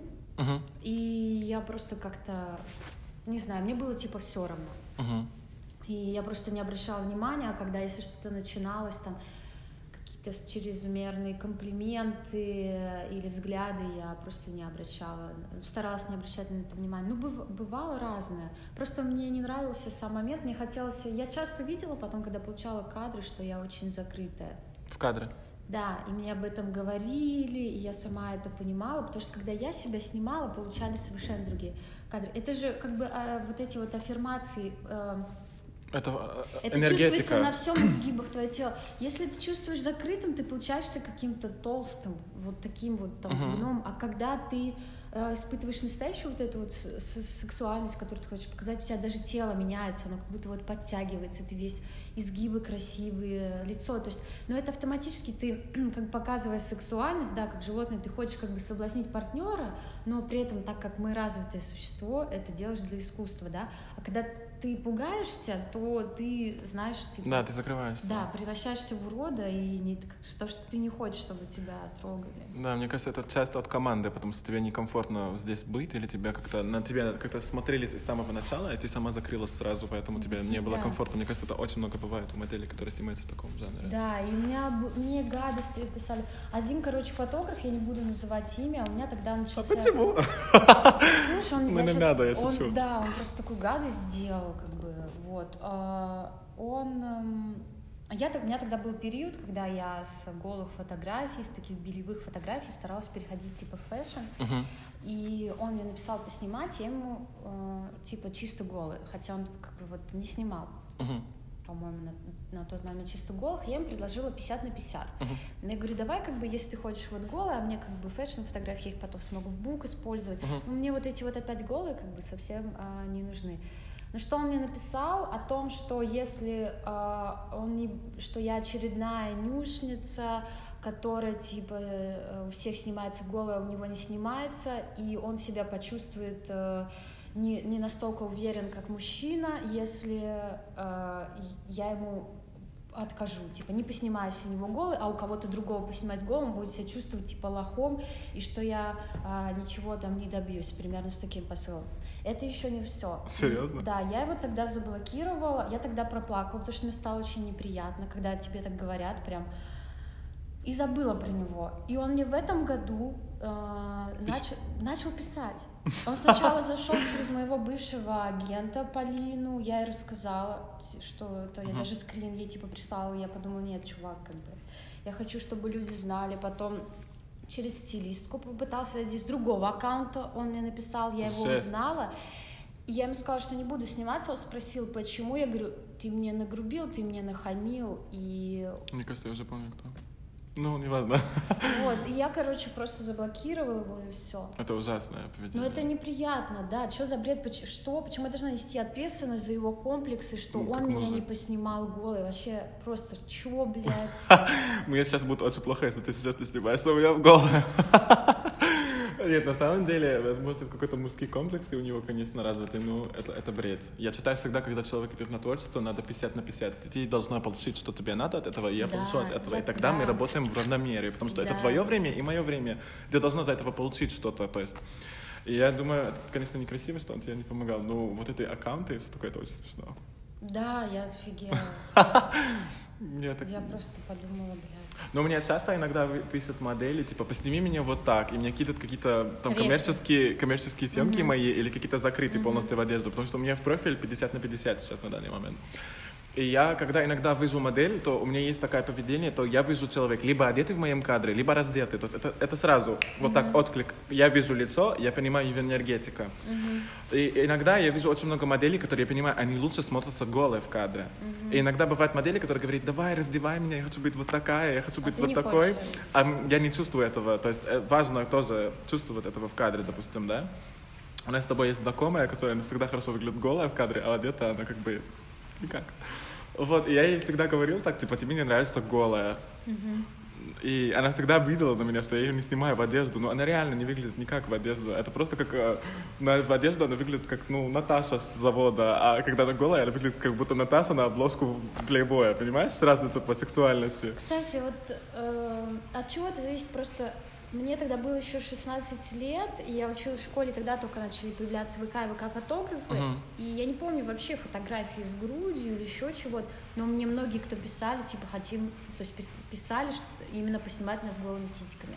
и я просто как-то, не знаю, мне было типа все равно. И я просто не обращала внимания, когда, если что-то начиналось, там, какие-то чрезмерные комплименты или взгляды, я просто не обращала, старалась не обращать на это внимания. Бывало разное. Просто мне не нравился сам момент, мне хотелось... Я часто видела потом, когда получала кадры, что я очень закрытая. В кадре? Да, и мне об этом говорили, и я сама это понимала, потому что когда я себя снимала, получались совершенно другие кадры. Это же как бы вот эти вот аффирмации... Это энергетика. Чувствуется на всем изгибах твоего тела. Если ты чувствуешь закрытым, ты получаешься каким-то толстым, вот таким вот там гном. А когда ты испытываешь настоящую вот эту вот сексуальность, которую ты хочешь показать, у тебя даже тело меняется, оно как будто вот подтягивается, ты весь изгибы красивые, лицо, то есть, это автоматически ты, как бы показывая сексуальность, да, как животное, ты хочешь как бы соблазнить партнера, но при этом, так как мы развитое существо, это делаешь для искусства, да, а когда ты пугаешься, то ты, знаешь... Да, ты закрываешься. Да, превращаешься в урода, и то, что ты не хочешь, чтобы тебя трогали. Да, мне кажется, это часть от команды, потому что тебе некомфортно здесь быть, или на тебя как-то смотрели с самого начала, и ты сама закрылась сразу, поэтому тебе не было комфортно. Мне кажется, это очень много бывает у моделей, которые снимаются в таком жанре. Да, и мне гадости писали. Один, фотограф, я не буду называть имя, у меня тогда начался... А почему? Слушай, он... Ну, не надо, я шучу. Да, он просто такую гадость сделал, как бы, вот. У меня тогда был период, когда я с голых фотографий, с таких белевых фотографий старалась переходить типа в фэшн, и он мне написал поснимать, я ему типа чисто голый, хотя он как бы вот не снимал. по-моему, на тот момент чисто голых, я им предложила 50/50. Я говорю, давай, как бы, если ты хочешь вот голые, а мне как бы фэшн-фотографии, я их потом смогу в бук использовать, мне вот эти вот опять голые как бы совсем не нужны. Но что он мне написал о том, что если что я очередная нюшница, которая типа у всех снимается голая, у него не снимается, и он себя почувствует не настолько уверен, как мужчина, если я ему откажу, типа не поснимаюсь у него голый, а у кого-то другого поснимать голым, будет себя чувствовать типа лохом, и что я ничего там не добьюсь, примерно с таким посылом. Это еще не все. Серьезно? Да, я его тогда заблокировала, я тогда проплакала, потому что мне стало очень неприятно, когда тебе так говорят прям, и забыла про него. И он мне в этом году начал писать. Он сначала зашел через моего бывшего агента Полину, я ей рассказала, что это я даже скрин ей типа прислала, и я подумала, нет, чувак, как бы, я хочу, чтобы люди знали. Потом через стилистку попытался зайти с другого аккаунта, он мне написал, я его узнала. И я ему сказала, что не буду сниматься, он спросил, почему, я говорю, ты мне нагрубил, ты мне нахамил, и... Мне кажется, я уже помню, кто. Ну, неважно. Вот, и я, короче, просто заблокировала его, и все. Это ужасное поведение. Ну, это неприятно, да. Что за бред? Почему я должна нести ответственность за его комплексы, что он меня не поснимал голый? Вообще, просто, чё, блядь? Мне сейчас будет очень плохо, если ты сейчас не снимаешься у меня в голое. Нет, на самом деле, возможно, это какой-то мужский комплекс, и у него, конечно, развитый, но это бред. Я считаю всегда, когда человек идет на творчество, надо 50/50. Ты должна получить, что тебе надо от этого, и я получу от этого. И тогда мы работаем в равномерии, потому что это твое время и мое время. Ты должна за этого получить что-то, то есть... И я думаю, это, конечно, некрасиво, что он тебе не помогал, но вот эти аккаунты и все такое, это очень смешно. Да, я офигела. Я просто подумала, блядь. Но мне часто иногда пишут модели, типа, посними меня вот так, и мне кидают какие-то там коммерческие съемки мои или какие-то закрытые полностью в одежду, потому что у меня в профиль 50/50 сейчас на данный момент. И я, когда иногда вижу модель, то у меня есть такое поведение, то я вижу человека либо одетый в моем кадре, либо раздетый. То есть это сразу вот так отклик. Я вижу лицо, я понимаю его энергетика. И иногда я вижу очень много моделей, которые, я понимаю, они лучше смотрятся голые в кадре. И иногда бывают модели, которые говорят, давай, раздевай меня, я хочу быть вот такая, я хочу быть вот такой. А я не чувствую этого. То есть важно тоже чувствовать этого в кадре, допустим, да? У нас с тобой есть знакомая, которая всегда хорошо выглядит голая в кадре, а одета она как бы никак. Вот, и я ей всегда говорил так, типа, тебе не нравится голая. И она всегда обидела на меня, что я ее не снимаю в одежду. Но она реально не выглядит никак в одежду. Это просто как... в одежду она выглядит как, Наташа с завода. А когда она голая, она выглядит как будто Наташа на обложку плейбоя. Понимаешь? Разница по сексуальности. Кстати, вот от чего это зависит просто... Мне тогда было еще 16 лет, и я училась в школе, тогда только начали появляться ВК и ВК-фотографы, и я не помню вообще фотографии с грудью или еще чего-то, но мне многие, кто писали, типа, хотим, то есть писали, что именно поснимать меня с голыми титиками.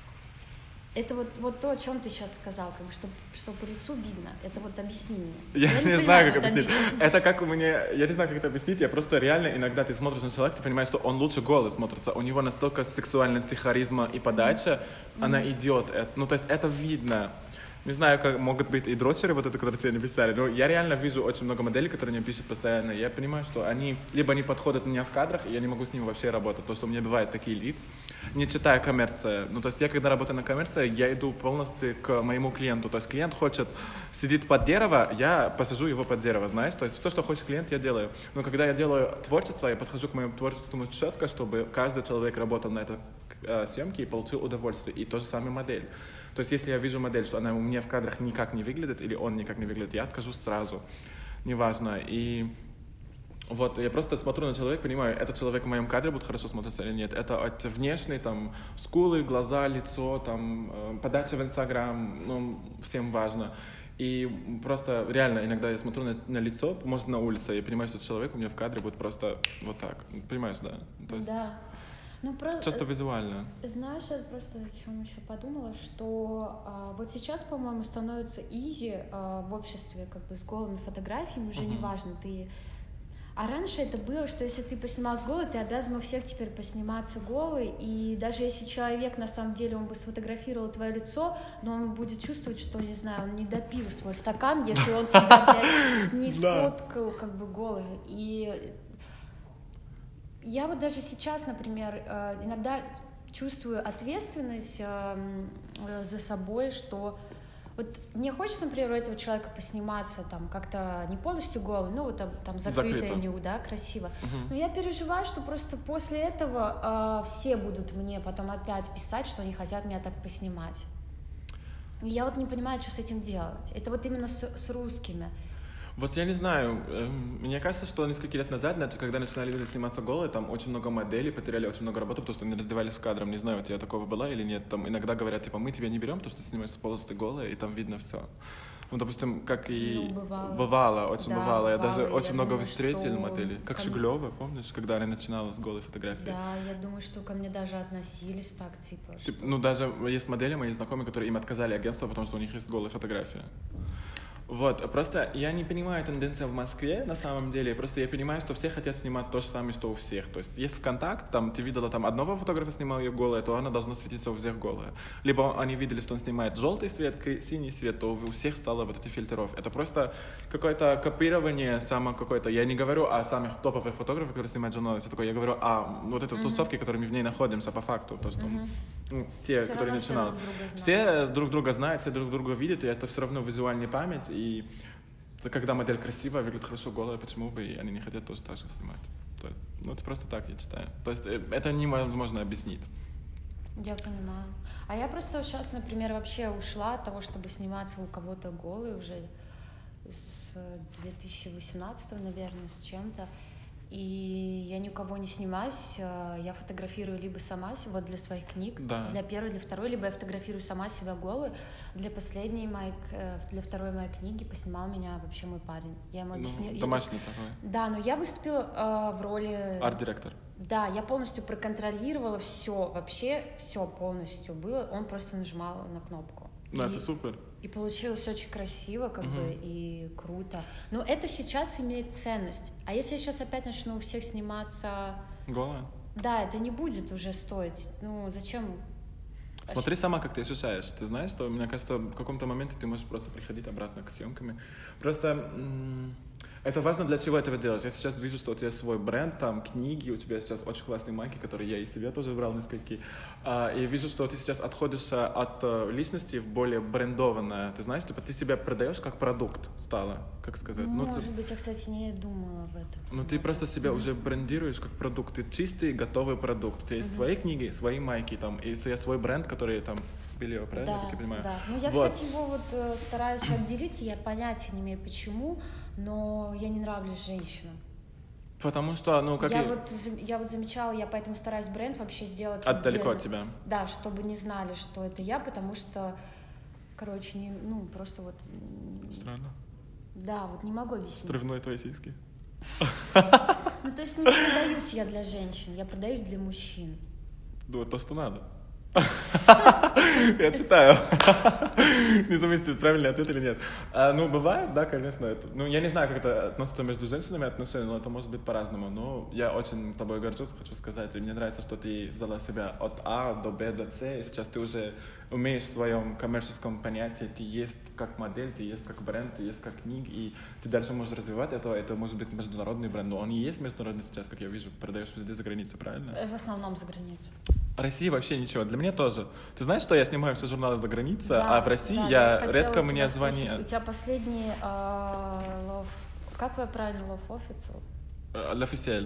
Это вот то, о чем ты сейчас сказал, как бы, что по лицу видно. Это вот объясни мне. Я не знаю, как объяснить. Это как у меня... Я не знаю, как это объяснить. Я просто реально иногда ты смотришь на человека, ты понимаешь, что он лучше голый смотрится. У него настолько сексуальность, харизма и подача, она идет. Ну, то есть это видно. Не знаю, как могут быть и дрочеры, вот это, которые тебе написали, но я реально вижу очень много моделей, которые мне пишут постоянно. Я понимаю, что они либо не подходят меня в кадрах, и я не могу с ними вообще работать, потому что у меня бывают такие лица, не читая коммерция. Ну, то есть я, когда работаю на коммерции, я иду полностью к моему клиенту. То есть клиент хочет сидеть под дерево, я посажу его под дерево, знаешь? То есть все, что хочет клиент, я делаю. Но когда я делаю творчество, я подхожу к моему творчеству четко, чтобы каждый человек работал на этой съемке и получил удовольствие. И то же самое модель. То есть, если я вижу модель, что она у меня в кадрах никак не выглядит, или он никак не выглядит, я откажусь сразу. Неважно. И вот я просто смотрю на человека, понимаю, этот человек в моем кадре будет хорошо смотреться или нет. Это от внешней, там, скулы, глаза, лицо, там, подача в Инстаграм, всем важно. И просто реально иногда я смотрю на лицо, может, на улице, и понимаю, что человек у меня в кадре будет просто вот так. Понимаешь, да? То есть... Да. Ну, просто, чисто визуально. Знаешь, я просто о чем еще подумала, что вот сейчас, по-моему, становится изи в обществе как бы с голыми фотографиями, уже не важно, ты... А раньше это было, что если ты поснимался голый, ты обязан у всех теперь посниматься голый, и даже если человек, на самом деле, он бы сфотографировал твое лицо, но он будет чувствовать, что, не знаю, он не допил свой стакан, если он тебя, блядь, не сфоткал как бы голый. И Я вот даже сейчас, например, иногда чувствую ответственность за собой, что вот мне хочется, например, у этого человека посниматься там как-то не полностью голый, ну вот там закрытое нюд, да, красиво. Но я переживаю, что просто после этого все будут мне потом опять писать, что они хотят меня так поснимать. И я вот не понимаю, что с этим делать. Это вот именно с русскими. Вот я не знаю, мне кажется, что несколько лет назад, когда начинали люди сниматься голые, там очень много моделей потеряли очень много работы, потому что они раздевались в кадром. Не знаю, у тебя такого было или нет. Там иногда говорят, типа, мы тебя не берем, потому что ты снимаешься полностью голая, и там видно все. Ну, допустим, как и бывало, очень бывало. Я даже очень много встретил моделей. Как Шиглёва, помнишь, когда она начинала с голой фотографии? Да, я думаю, что ко мне даже относились так, типа. Ну, даже есть модели мои знакомые, которые им отказали агентство, потому что у них есть голая фотография. Вот, просто я не понимаю тенденции в Москве, на самом деле, просто я понимаю, что все хотят снимать то же самое, что у всех. То есть, если ВКонтакт, там, ты видела, там, одного фотографа снимал ее голая, то она должна светиться у всех голая. Либо они видели, что он снимает желтый свет, синий свет, то у всех стало вот эти фильтров. Это просто какое-то копирование, само какое-то, я не говорю о самых топовых фотографах, которые снимают журналы, все такое, я говорю о вот этой тусовке, которыми в ней находимся, по факту, то, что, те, все которые начинали. Все друг друга знают, все друг друга видят, и это все равно визуальная память. И когда модель красивая, выглядит хорошо голая, почему бы и они не хотят тоже так же снимать? То есть, ну, это просто так, я считаю. То есть, это невозможно объяснить. Я понимаю. А я просто сейчас, например, вообще ушла от того, чтобы сниматься у кого-то голой уже с 2018, наверное, с чем-то. И я ни у кого не снимаюсь, я фотографирую либо сама себя, вот для своих книг, для первой, для второй, либо я фотографирую сама себя голую. Для второй моей книги поснимал меня вообще мой парень. Я ему объяснила. Домашний такой. Да, но я выступила в роли... Арт-директор. Да, я полностью проконтролировала все, вообще все полностью было, он просто нажимал на кнопку. Да, это супер. И получилось очень красиво, как бы, и круто. Но это сейчас имеет ценность. А если я сейчас опять начну у всех сниматься... Голая? Да, это не будет уже стоить. Ну, зачем? Смотри сама, как ты ощущаешь. Ты знаешь, что, мне кажется, в каком-то моменте ты можешь просто приходить обратно к съемкам. Просто... Это важно, для чего этого делать. Я сейчас вижу, что у тебя свой бренд, там книги, у тебя сейчас очень классные майки, которые я и себе тоже брал несколько. И вижу, что ты сейчас отходишь от личности в более брендованное. Ты знаешь, типа ты себя продаешь как продукт стало, как сказать. Может быть, я, кстати, не думала об этом. Ну, ты просто себя уже брендируешь как продукт. Ты чистый, готовый продукт. У тебя есть свои книги, свои майки, там, и свой бренд, который там... Белье, правильно? Да, я понимаю? Да. Ну, я, кстати, его вот стараюсь отделить, я понятия не имею почему, но я не нравлюсь женщинам. Потому что, ну, как я вот замечала, я поэтому стараюсь бренд вообще сделать далеко от тебя. Да, чтобы не знали, что это я, потому что, короче, просто вот... Странно. Да, вот не могу объяснить. Стрывной твои сиськи. Ну, то есть не продаюсь я для женщин, я продаюсь для мужчин. Ну, то, что надо. Я читаю. Не замыслить, правильный ответ или нет. Ну, бывает, да, конечно. Ну, я не знаю, как это относится между женщинами отношения, но это может быть по-разному. Но я очень тобой горжусь, хочу сказать. И мне нравится, что ты взяла себя от А до Б до С, и сейчас ты уже умеешь в своем коммерческом понятии, ты есть как модель, ты есть как бренд, ты есть как книга, и ты дальше можешь развивать это может быть международный бренд, но он и есть международный сейчас, как я вижу, продаешь везде за границей, правильно? В основном за границей. России вообще ничего, для меня тоже. Ты знаешь, что я снимаю все журналы за границей, а в России я редко мне звонят. У тебя последний как вы правильно, Love Official? L'Officiel.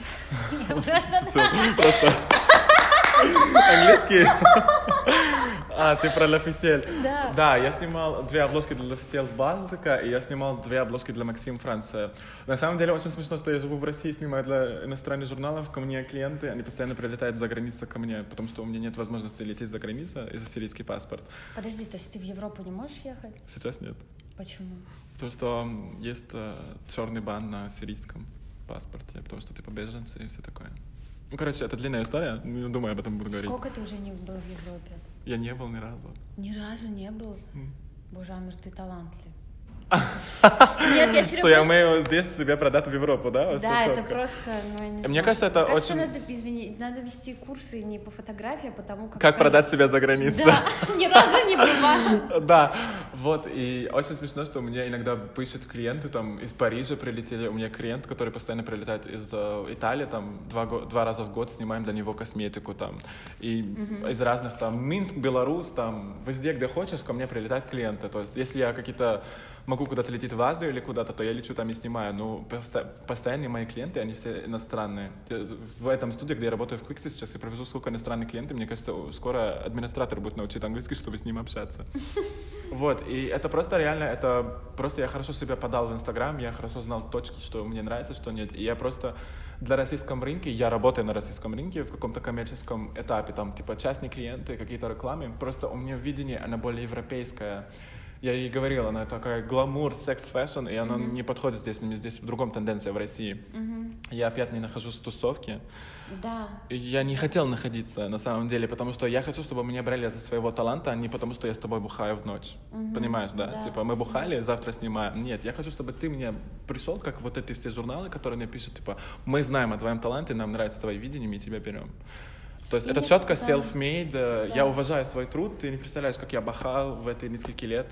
Просто... Английский? Ты про L'Officiel. Да. Да, я снимал 2 обложки для L'Officiel Балтика, и я снимал 2 обложки для Максим Франция. На самом деле очень смешно, что я живу в России, снимаю для иностранных журналов, ко мне клиенты, они постоянно прилетают за границу ко мне, потому что у меня нет возможности лететь за границу из-за сирийский паспорт. Подожди, то есть ты в Европу не можешь ехать? Сейчас нет. Почему? Потому что есть черный бан на сирийском паспорте, потому что типа беженцы и все такое. Ну, короче, это длинная история, не думаю, об этом буду говорить. Сколько ты уже не был в Европе? Я не был ни разу. Ни разу не был? Боже, Амир, ты талантлив. Нет, я серьезно. Что я умею здесь себя продать в Европу, да? Да, это просто, ну, я не знаю. Мне кажется, это очень... надо вести курсы не по фотографии, а по тому, как продать себя за границей. Да, ни разу не бывало. Да, вот, и очень смешно, что мне иногда пишут клиенты, там, из Парижа прилетели, у меня клиент, который постоянно прилетает из Италии, там, два раза в год снимаем для него косметику, там, и из разных, там, Минск, Беларусь, там, везде, где хочешь, ко мне прилетают клиенты, то есть, если я какие-то могу куда-то лететь в Азию или куда-то, то я лечу там и снимаю. Но постоянные мои клиенты, они все иностранные. В этом студии, где я работаю в Quixi сейчас, я провезу сколько иностранных клиентов, мне кажется, скоро администратор будет научить английский, чтобы с ним общаться. Вот, и это просто реально, это просто я хорошо себя подал в Инстаграм, я хорошо знал точки, что мне нравится, что нет. И я просто для российского рынка, я работаю на российском рынке в каком-то коммерческом этапе, там, типа, частные клиенты, какие-то рекламы, просто у меня видение, она более европейская. Я ей говорил, она такая гламур, секс-фэшн, и она не подходит здесь, здесь в другом тенденция в России. Я опять не нахожусь в тусовке. Да. И я не хотел находиться на самом деле, потому что я хочу, чтобы меня брали за своего таланта, а не потому что я с тобой бухаю в ночь. Понимаешь, да? Типа, мы бухали, завтра снимаем. Нет, я хочу, чтобы ты мне пришел, как вот эти все журналы, которые мне пишут, типа, мы знаем о твоем таланте, нам нравится твое видение, мы тебя берем. То есть это четко self-made, да. Я уважаю свой труд, ты не представляешь, как я бахал в эти несколько лет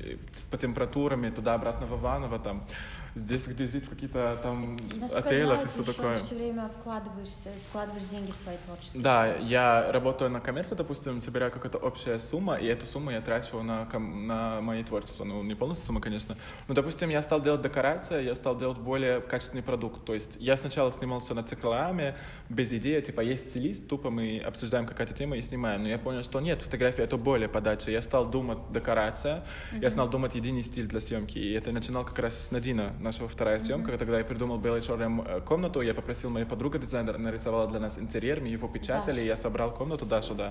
по температурам, туда-обратно в Иваново, там, здесь, где жить в какие-то там отелях и все такое. Ты все время вкладываешь деньги в свои творчество. Да, я работаю на коммерции, допустим, собираю какая-то общая сумма, и эту сумму я трачу на мои творчества. Ну, не полностью сумма, конечно. Но, допустим, я стал делать декорации, я стал делать более качественный продукт. То есть я сначала снимался на циклораме, без идеи, типа, есть стилист, тупо мы обсуждаем какая-то тема и снимаем. Но я понял, что нет, фотография — это более подача. Я стал думать декорация, я стал думать единый стиль для съемки. И это начинал как раз с Надина, наша вторая съемка, когда я придумал белой черной комнату, я попросил мою подругу дизайнер, нарисовала для нас интерьер, мы его печатали, я собрал комнату сюда.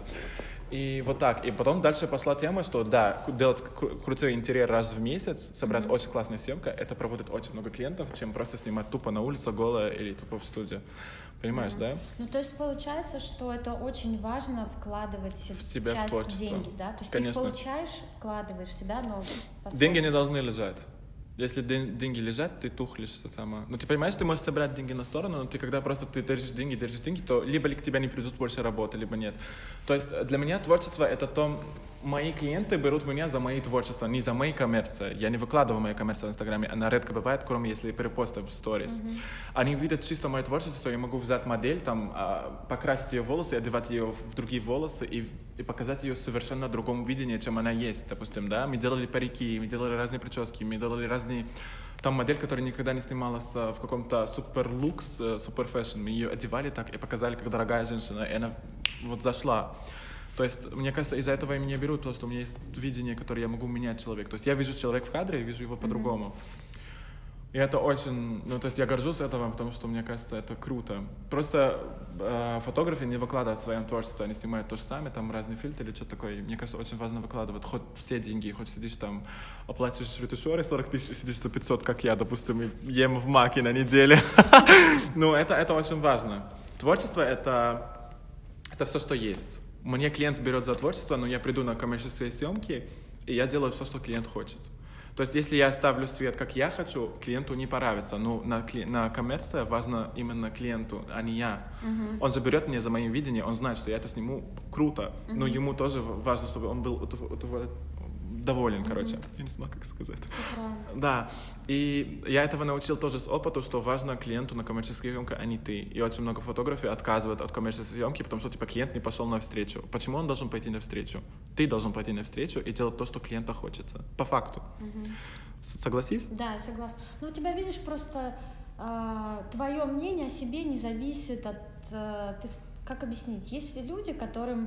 И вот так. И потом дальше пошла тема, что да, делать крутой интерьер раз в месяц, собрать очень классную съемку, это проводит очень много клиентов, чем просто снимать тупо на улице, голое или тупо в студию. Понимаешь, да? Ну, то есть получается, что это очень важно вкладывать в себя часть в творчество. Деньги, да? То есть конечно. Ты их получаешь, вкладываешь в себя, но... Деньги не должны лежать. Если деньги лежат, ты тухлишься сама. Ну, ты понимаешь, ты можешь собрать деньги на сторону, но ты когда просто ты держишь деньги, то либо к тебе не придут больше работы, либо нет. То есть для меня творчество — это то... Мои клиенты берут меня за мои творчества, не за мои коммерции. Я не выкладываю мои коммерции в Инстаграме, она редко бывает, кроме если перепоста в сторис. Они видят чисто мое творчество, я могу взять модель, там, покрасить ее волосы, одевать ее в другие волосы и показать ее совершенно другом видении, чем она есть, допустим, да. Мы делали парики, мы делали разные прически, мы делали разные... Там модель, которая никогда не снималась в каком-то супер-лукс, супер-фэшн, мы ее одевали так и показали, как дорогая женщина, и она вот зашла. То есть, мне кажется, из-за этого и меня берут, потому что у меня есть видение, которое я могу менять человека. То есть я вижу человека в кадре, я вижу его по-другому. И это очень... Ну, то есть я горжусь этим, потому что, мне кажется, это круто. Просто фотографы не выкладывают в своем творчестве, они снимают то же самое, там разные фильтры или что-то такое. Мне кажется, очень важно выкладывать хоть все деньги, хоть сидишь там, оплачиваешь ретушеры 40 тысяч, сидишь за 500, как я, допустим, и ем в Маке на неделе. Ну, это очень важно. Творчество — это все, что есть. Мне клиент берет за творчество, но я приду на коммерческие съемки, и я делаю все, что клиент хочет. То есть, если я ставлю свет, как я хочу, клиенту не понравится. Но на коммерции важно именно клиенту, а не я. Он же берет меня за моим видением, он знает, что я это сниму круто, но ему тоже важно, чтобы он был доволен, короче. Я не знаю, как сказать. Да. И я этого научил тоже с опыта, что важно клиенту на коммерческой съемке, а не ты. И очень много фотографий отказывают от коммерческой съемки, потому что, типа, клиент не пошел навстречу. Почему он должен пойти навстречу? Ты должен пойти навстречу и делать то, что клиента хочется. По факту. Согласись? Да, я согласна. Ну, у тебя, видишь, просто твое мнение о себе не зависит от... как объяснить? Есть люди, которым...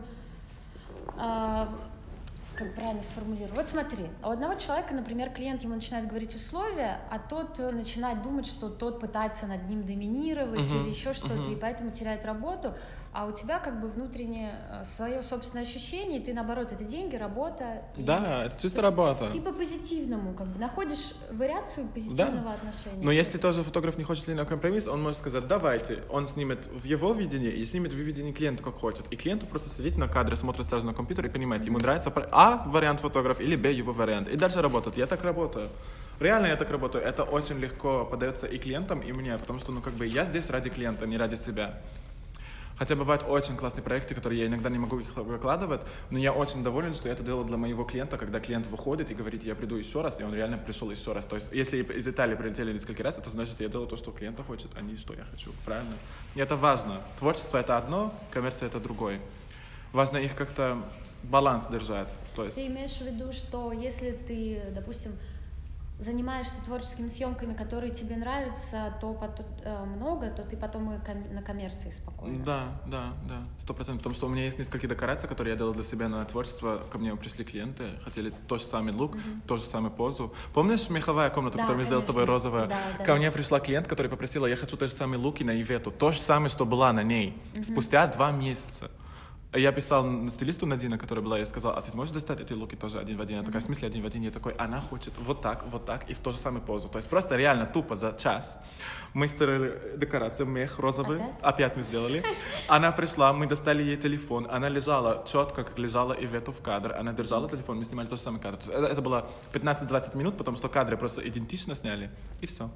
как правильно сформулировать? Вот смотри, у одного человека, например, клиент ему начинает говорить условия, а тот начинает думать, что тот пытается над ним доминировать или еще что-то, и поэтому теряет работу, а у тебя как бы внутреннее свое собственное ощущение, и ты, наоборот, это деньги, работа. Да, это чисто работа. Ты по-позитивному как бы находишь вариацию позитивного отношения. Но если тоже фотограф не хочет идти на компромисс, он может сказать, давайте, он снимет в его видении и снимет в видении клиента, как хочет. И клиенту просто сидит на кадре, смотрит сразу на компьютер и понимает, ему нравится А вариант фотограф или Б его вариант. И дальше работает. Я так работаю. Реально я так работаю. Это очень легко подается и клиентам, и мне, потому что, я здесь ради клиента, не ради себя. Хотя бывают очень классные проекты, которые я иногда не могу их выкладывать, но я очень доволен, что я это делал для моего клиента, когда клиент выходит и говорит, я приду еще раз, и он реально пришел еще раз. То есть, если из Италии прилетели несколько раз, это значит, что я делаю то, что клиент хочет, а не что я хочу. Правильно? И это важно. Творчество — это одно, коммерция — это другое. Важно их как-то баланс держать. То есть... Ты имеешь в виду, что если ты, допустим, занимаешься творческими съемками, которые тебе нравятся, то много, то ты потом и на коммерции спокойно. Да, 100%. Потому что у меня есть несколько декораций, которые я делал для себя на творчество. Ко мне пришли клиенты, хотели тот же самый лук, тот же самый позу. Помнишь меховая комната, которую мы сделали с тобой, розовая? Да. Ко мне пришла клиент, который попросила, я хочу тот же самый лук и на Ивету. То же самое, что была на ней. Спустя 2 месяца. Я писал стилисту Надина, которая была, я сказал, а ты можешь достать эти луки тоже один в один? Она такая, в смысле один в один? Я такой, она хочет вот так, и в ту же самую позу. То есть просто реально тупо за час мы строили декорацию, мех розовый, опять мы сделали. Она пришла, мы достали ей телефон, она лежала четко, как лежала Ивету в кадр. Она держала телефон, мы снимали тот же самый кадр. Это было 15-20 минут, потому что кадры просто идентично сняли, и все.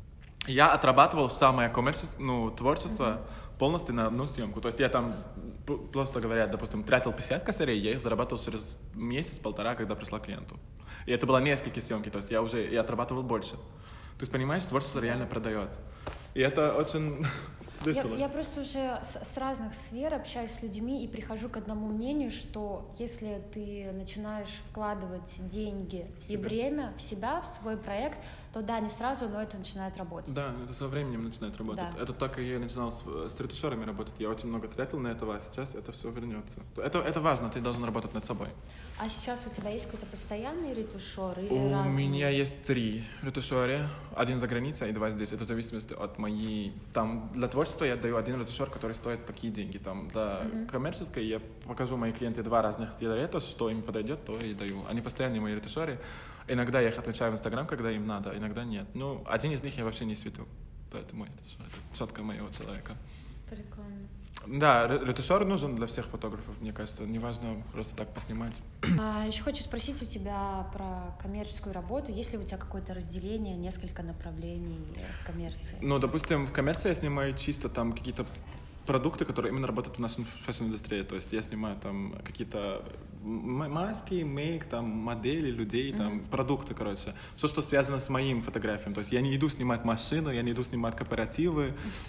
Я отрабатывал самое творчество полностью на одну съемку. То есть я там, просто говоря, допустим, тратил 50 косарей, я их зарабатывал через месяц-полтора, когда пришла к клиенту. И это было несколько съемки, то есть я отрабатывал больше. То есть, понимаешь, творчество реально продает. И это очень весело. Я просто уже с разных сфер общаюсь с людьми и прихожу к одному мнению, что если ты начинаешь вкладывать деньги и время в себя, в свой проект, то да, не сразу, но это начинает работать. Да, это со временем начинает работать. Да. Это так, как я начинал с ретушерами работать. Я очень много тратил на этого, а сейчас это все вернется. Это важно, ты должен работать над собой. А сейчас у тебя есть какой-то постоянный ретушер или У разные? меня есть 3 ретушера. 1 за границей и 2 здесь. Это в зависимости от моей... Там для творчества я даю 1 ретушер, который стоит такие деньги. Там для коммерческой я покажу моим клиентам 2 разных стиля ретуш, что им подойдет, то и даю. Они постоянные мои ретушеры. Иногда я их отмечаю в Инстаграм, когда им надо, иногда нет. Один из них я вообще не свету. Это мой ретушер. Это четко моего человека. Прикольно. Да, ретушер нужен для всех фотографов, мне кажется. Неважно просто так поснимать. Еще хочу спросить у тебя про коммерческую работу. Есть ли у тебя какое-то разделение, несколько направлений в коммерции? Допустим, в коммерции я снимаю чисто там какие-то продукты, которые именно работают в нашей фэшн-индустрии. То есть я снимаю там какие-то маски, мейк, там модели людей, там продукты, короче. Все, что связано с моим фотографией. То есть я не иду снимать машину, я не иду снимать кооперативы,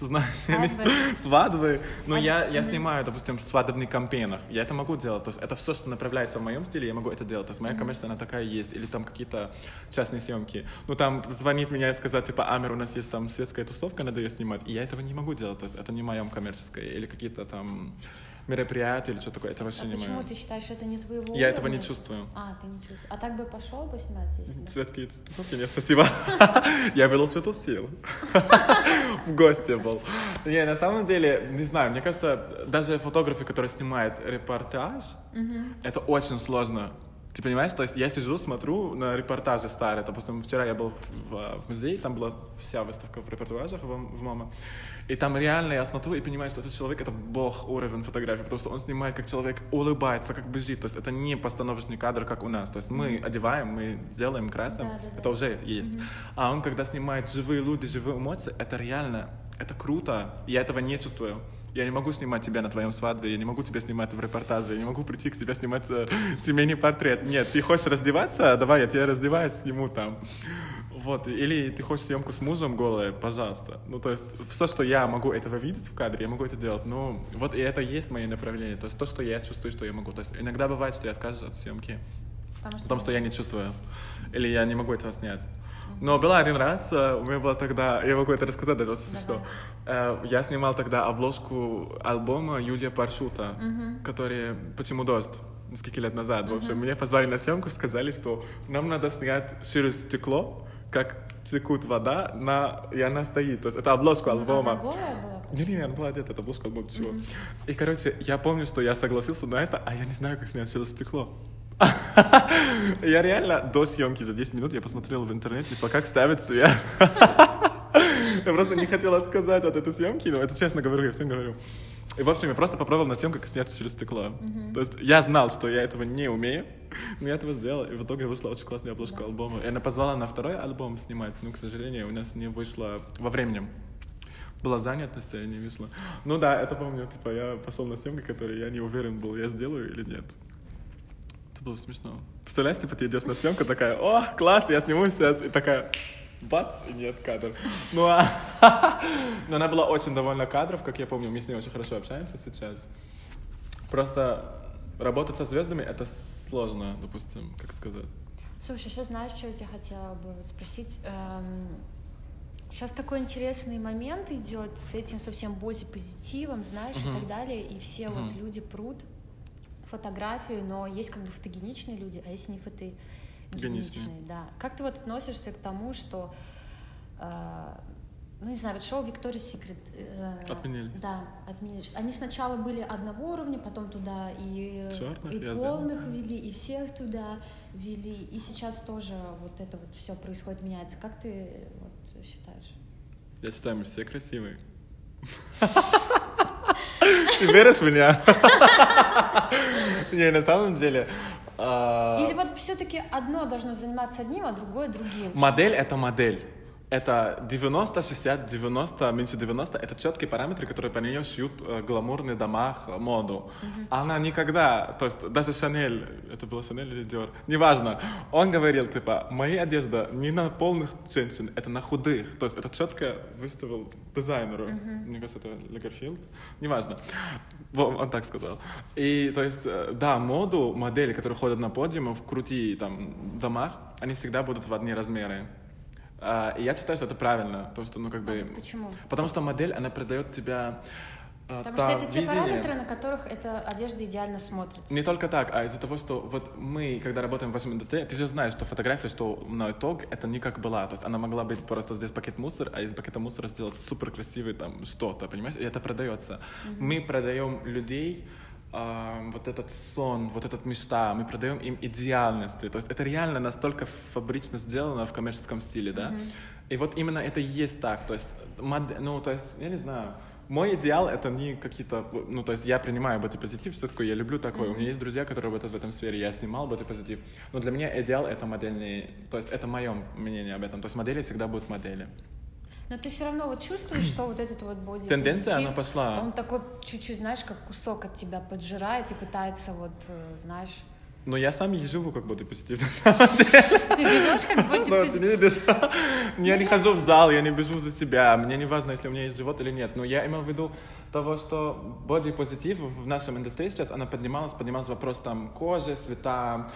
знаешь, свадьбы. Но я снимаю, допустим, в свадебных кампейнах. Я это могу делать. То есть это все, что направляется в моем стиле, я могу это делать. То есть моя коммерция, она такая есть. Или там какие-то частные съемки. Там звонит меня и сказать, типа, Амир, у нас есть там светская тусовка, надо ее снимать. И я этого не могу делать. То есть это не моем коммерческом. Или какие-то там мероприятия или что такое, это вообще не мое. Почему ты считаешь, это не твоего уровня? Я этого не чувствую. Ты не чувствуешь. А так бы пошел бы снимать здесь? Светские тусовки? Нет, спасибо. Я бы лучше тусил. В гости был. Не, на самом деле, не знаю, мне кажется, даже фотографы, которые снимают репортаж, это очень сложно. Ты понимаешь, то есть я сижу, смотрю на репортажи старые. Допустим, вчера я был в музее, там была вся выставка в репортажах в МОМА. И там реально я смотрю и понимаю, что этот человек — это бог уровень фотографии, потому что он снимает, как человек улыбается, как бежит. То есть это не постановочный кадр, как у нас. То есть мы одеваем, мы делаем, красим, это уже есть. А он, когда снимает живые люди, живые эмоции, это реально, это круто. Я этого не чувствую. Я не могу снимать тебя на твоем свадьбе, я не могу тебя снимать в репортаже, я не могу прийти к тебе снимать семейный портрет. Нет, ты хочешь раздеваться? Давай, я тебя раздеваю, сниму там. Вот, или ты хочешь съемку с мужем голая, пожалуйста. То есть все, что я могу этого видеть в кадре, я могу это делать. Вот и это есть мое направление. То есть то, что я чувствую, что я могу. То есть иногда бывает, что я откажусь от съемки, потому что я не чувствую. Или я не могу этого снять. Но было один раз, у меня было тогда, я могу это рассказать даже, что я снимал тогда обложку альбома Юлия Паршута, который «Почему дождь?» несколько лет назад. В общем, меня позвали на съемку, сказали, что нам надо снять через стекло, как текут вода, и она стоит. То есть это обложка альбома. Она голая была? Не, она была одета, это обложка альбома, чего. И, короче, я помню, что я согласился на это, а я не знаю, как снять через стекло. Я реально до съемки за 10 минут я посмотрел в интернете, как ставить свет. Я просто не хотел отказать от этой съемки, но это честно говорю, я всем говорю. И, в общем, я просто попробовал на съемках снять через стекло. То есть я знал, что я этого не умею, Но я этого сделал, и в итоге вышла очень классная обложка альбома. И она позвала на второй альбом снимать, но, к сожалению, у нас не вышло во времени. Была занятость, я не вышла. Ну да, это помню, типа, я пошел на съемки, которые я не уверен был, я сделаю или нет. Это было смешно. Представляешь, типа, ты идешь на съемку, такая, о, класс, я сниму сейчас, и такая, бац, и нет кадр. Но она была очень довольна кадров, как я помню, мы с ней очень хорошо общаемся сейчас. Просто работать со звездами — это сложно, допустим, как сказать. Слушай, еще знаешь, что я тебя хотела бы спросить? Сейчас такой интересный момент идет с этим совсем бодипозитивом, знаешь, и так далее, и все вот люди прут фотографию, но есть как бы фотогеничные люди, а есть не фотогеничные, да. Как ты вот относишься к тому, что, ну не знаю, вот шоу Victoria's Secret отменили. Да, отменили. Они сначала были одного уровня, потом туда и черных, полных ввели, и всех туда ввели, и сейчас тоже вот это вот все происходит, меняется. Как ты вот считаешь? Я считаю, мы все красивые. Ты веришь в меня? Не, на самом деле... Или вот все-таки одно должно заниматься одним, а другое другим? Модель — это модель. Это 90, 60, 90, меньше 90. Это четкие параметры, которые по нее шьют гламурные домах моду. Она никогда, то есть даже Шанель, это было Шанель или Диор, неважно. Он говорил, типа, моя одежда не на полных женщин, это на худых. То есть это четко выставил дизайнеру. Мне кажется, это Лагерфилд. Неважно. Он так сказал. И, то есть, да, моду, модели, которые ходят на подиумы в крутые там домах, они всегда будут в одни размеры. И я считаю, что это правильно, то, что, ну, как бы... Почему? Потому что модель, она придает тебя... Потому что это те параметры, на которых эта одежда идеально смотрится. Не только так, а из-за того, что вот мы, когда работаем в вашей индустрии, ты же знаешь, что фотография, что на итог, это не как была. То есть она могла быть просто здесь пакет мусора, а из пакета мусора сделать супер красивый там что-то, понимаешь? И это продается. Мы продаем людей... вот этот сон, вот эта мечта, мы продаем им идеальности. То есть это реально настолько фабрично сделано в коммерческом стиле, да? И вот именно это и есть так. То есть, ну, то есть, я не знаю, мой идеал — это не какие-то... Ну, то есть я принимаю бодипозитив, все такое, я люблю такое. У меня есть друзья, которые работают в этом сфере, я снимал бодипозитив. Но для меня идеал — это модельный... То есть это мое мнение об этом. То есть модели всегда будут модели. Но ты все равно вот чувствуешь, что вот этот вот бодипозитив... Тенденция, она пошла. Он такой чуть-чуть, знаешь, как кусок от тебя поджирает и пытается вот, знаешь... Но я сам и живу как бодипозитив. Ты живешь как бодипозитив? Ты не видишь? Я не хожу в зал, я не бежу за себя. Мне не важно, если у меня есть живот или нет. Но я имел в виду того, что бодипозитив в нашей индустрии сейчас, она поднималась вопрос там кожи, цвета,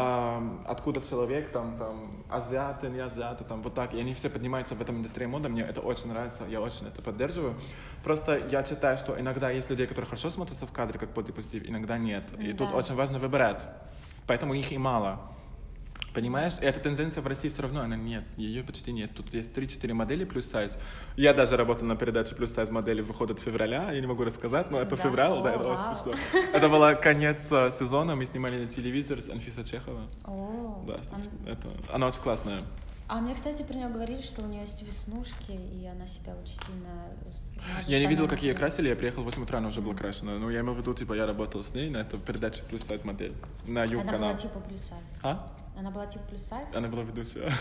откуда человек, там азиаты, не азиаты, там вот так. И они все поднимаются в этом индустрии моды. Мне это очень нравится, я очень это поддерживаю. Просто я считаю, что иногда есть людей, которые хорошо смотрятся в кадре как бодипозитив, иногда нет. И тут очень важно выбирать. Поэтому их и мало. Понимаешь? И эта тенденция в России все равно, она нет, ее почти нет. Тут есть 3-4 модели плюс сайз. Я даже работал на передаче плюс сайз модели, выходит февраля, я не могу рассказать, но это февраль, да, это очень смешно. Это был конец сезона, мы снимали на телевизор с Анфисой Чехова. Да, она очень классная. А мне, кстати, про нее говорили, что у нее есть веснушки, и она себя очень сильно... Я не видел, как ее красили, я приехал в 8 утра, она уже была крашена. Но я имел в виду, типа, я работал с ней на этой передаче плюс сайз модель. На Ю-канал. Она была типа плюс сайз? Она была типа плюс сайз? Она была ведущая.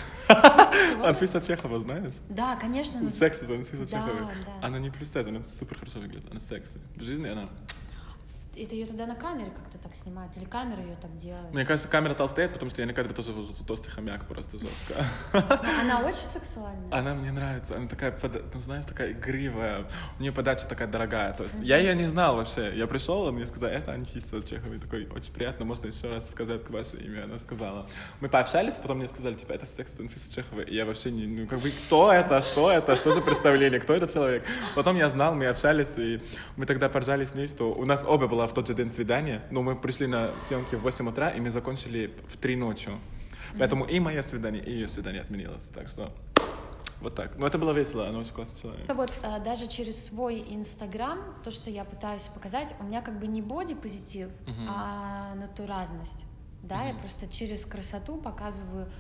Анфиса Чехова, знаешь? Да, конечно. Секси за Анфиса Чехова. Да. Она не плюс сайз, она супер хорошо выглядит, она секси. В жизни она... Это ее тогда на камере как-то так снимают? Или камера ее так делает? Мне кажется, камера толстеет, потому что я на кадре тоже толстый хомяк просто жестко. Она очень сексуальная? Она мне нравится. Она такая, ну, знаешь, такая игривая. У нее подача такая дорогая. То есть я ее не знал вообще. Я пришел, и мне сказали, это Анфиса Чехова. И такой, очень приятно, можно еще раз сказать ваше имя. Она сказала. Мы пообщались, потом мне сказали, типа, это секс Анфиса Чехова. И я вообще не, ну, как бы, кто это, что за представление, кто этот человек? Потом я знал, мы общались, и мы тогда поржали с ней, что у нас оба было в тот же день свидания, но мы пришли на съемки в 8 утра, и мы закончили в 3 ночи. Поэтому и мое свидание, и ее свидание отменилось. Так что вот так. Но это было весело, она очень классный человек. Вот даже через свой Инстаграм, то, что я пытаюсь показать, у меня как бы не бодипозитив, а натуральность. Да, я просто через красоту показываю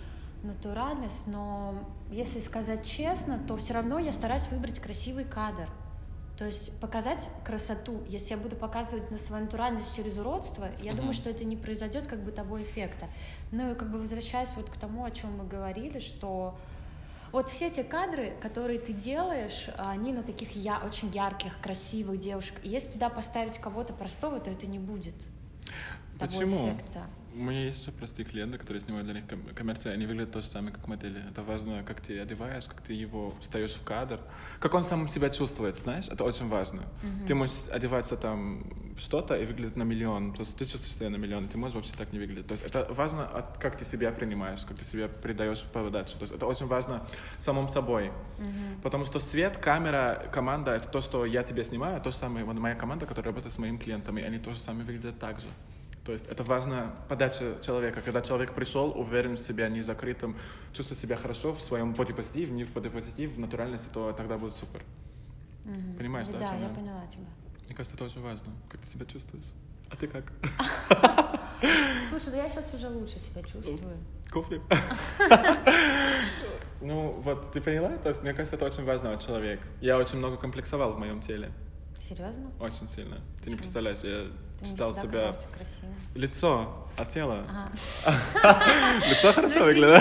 натуральность, но если сказать честно, то все равно я стараюсь выбрать красивый кадр. То есть показать красоту, если я буду показывать на свою натуральность через уродство, я думаю, что это не произойдет как бы того эффекта. Ну и как бы возвращаясь вот к тому, о чем мы говорили, что вот все те кадры, которые ты делаешь, они на таких очень ярких, красивых девушек. И если туда поставить кого-то простого, то это не будет того эффекта. У меня есть еще простые клиенты, которые снимают для них коммерции, они выглядят то же самое, как модели. Это важно, как ты одеваешь, как ты его встаешь в кадр, как он сам себя чувствует, знаешь, это очень важно. Ты можешь одеваться там что-то и выглядеть на миллион, то есть ты чувствуешь себя на миллион, и ты можешь вообще так не выглядеть. То есть это важно, как ты себя принимаешь, как ты себя передаешь по подаче. То есть это очень важно самим собой. Потому что свет, камера, команда — это то, что я тебе снимаю, то же самое, моя команда, которая работает с моими клиентами, они тоже сами выглядят так же. То есть это важно подача человека. Когда человек пришел, уверен в себе, не закрытым, чувствует себя хорошо в своем бодипозитиве, не в бодипозитиве, в натуральности, то тогда будет супер. Понимаешь, да? Да, я поняла тебя. Мне кажется, это очень важно. Как ты себя чувствуешь? А ты как? Слушай, я сейчас уже лучше себя чувствую. Кофе? Ну, вот, ты поняла? То есть, мне кажется, это очень важно от человека. Я очень много комплексовал в моем теле. Серьезно? Очень сильно. Ты не представляешь, я читал себя... Лицо, а тело? Лицо хорошо выглядит.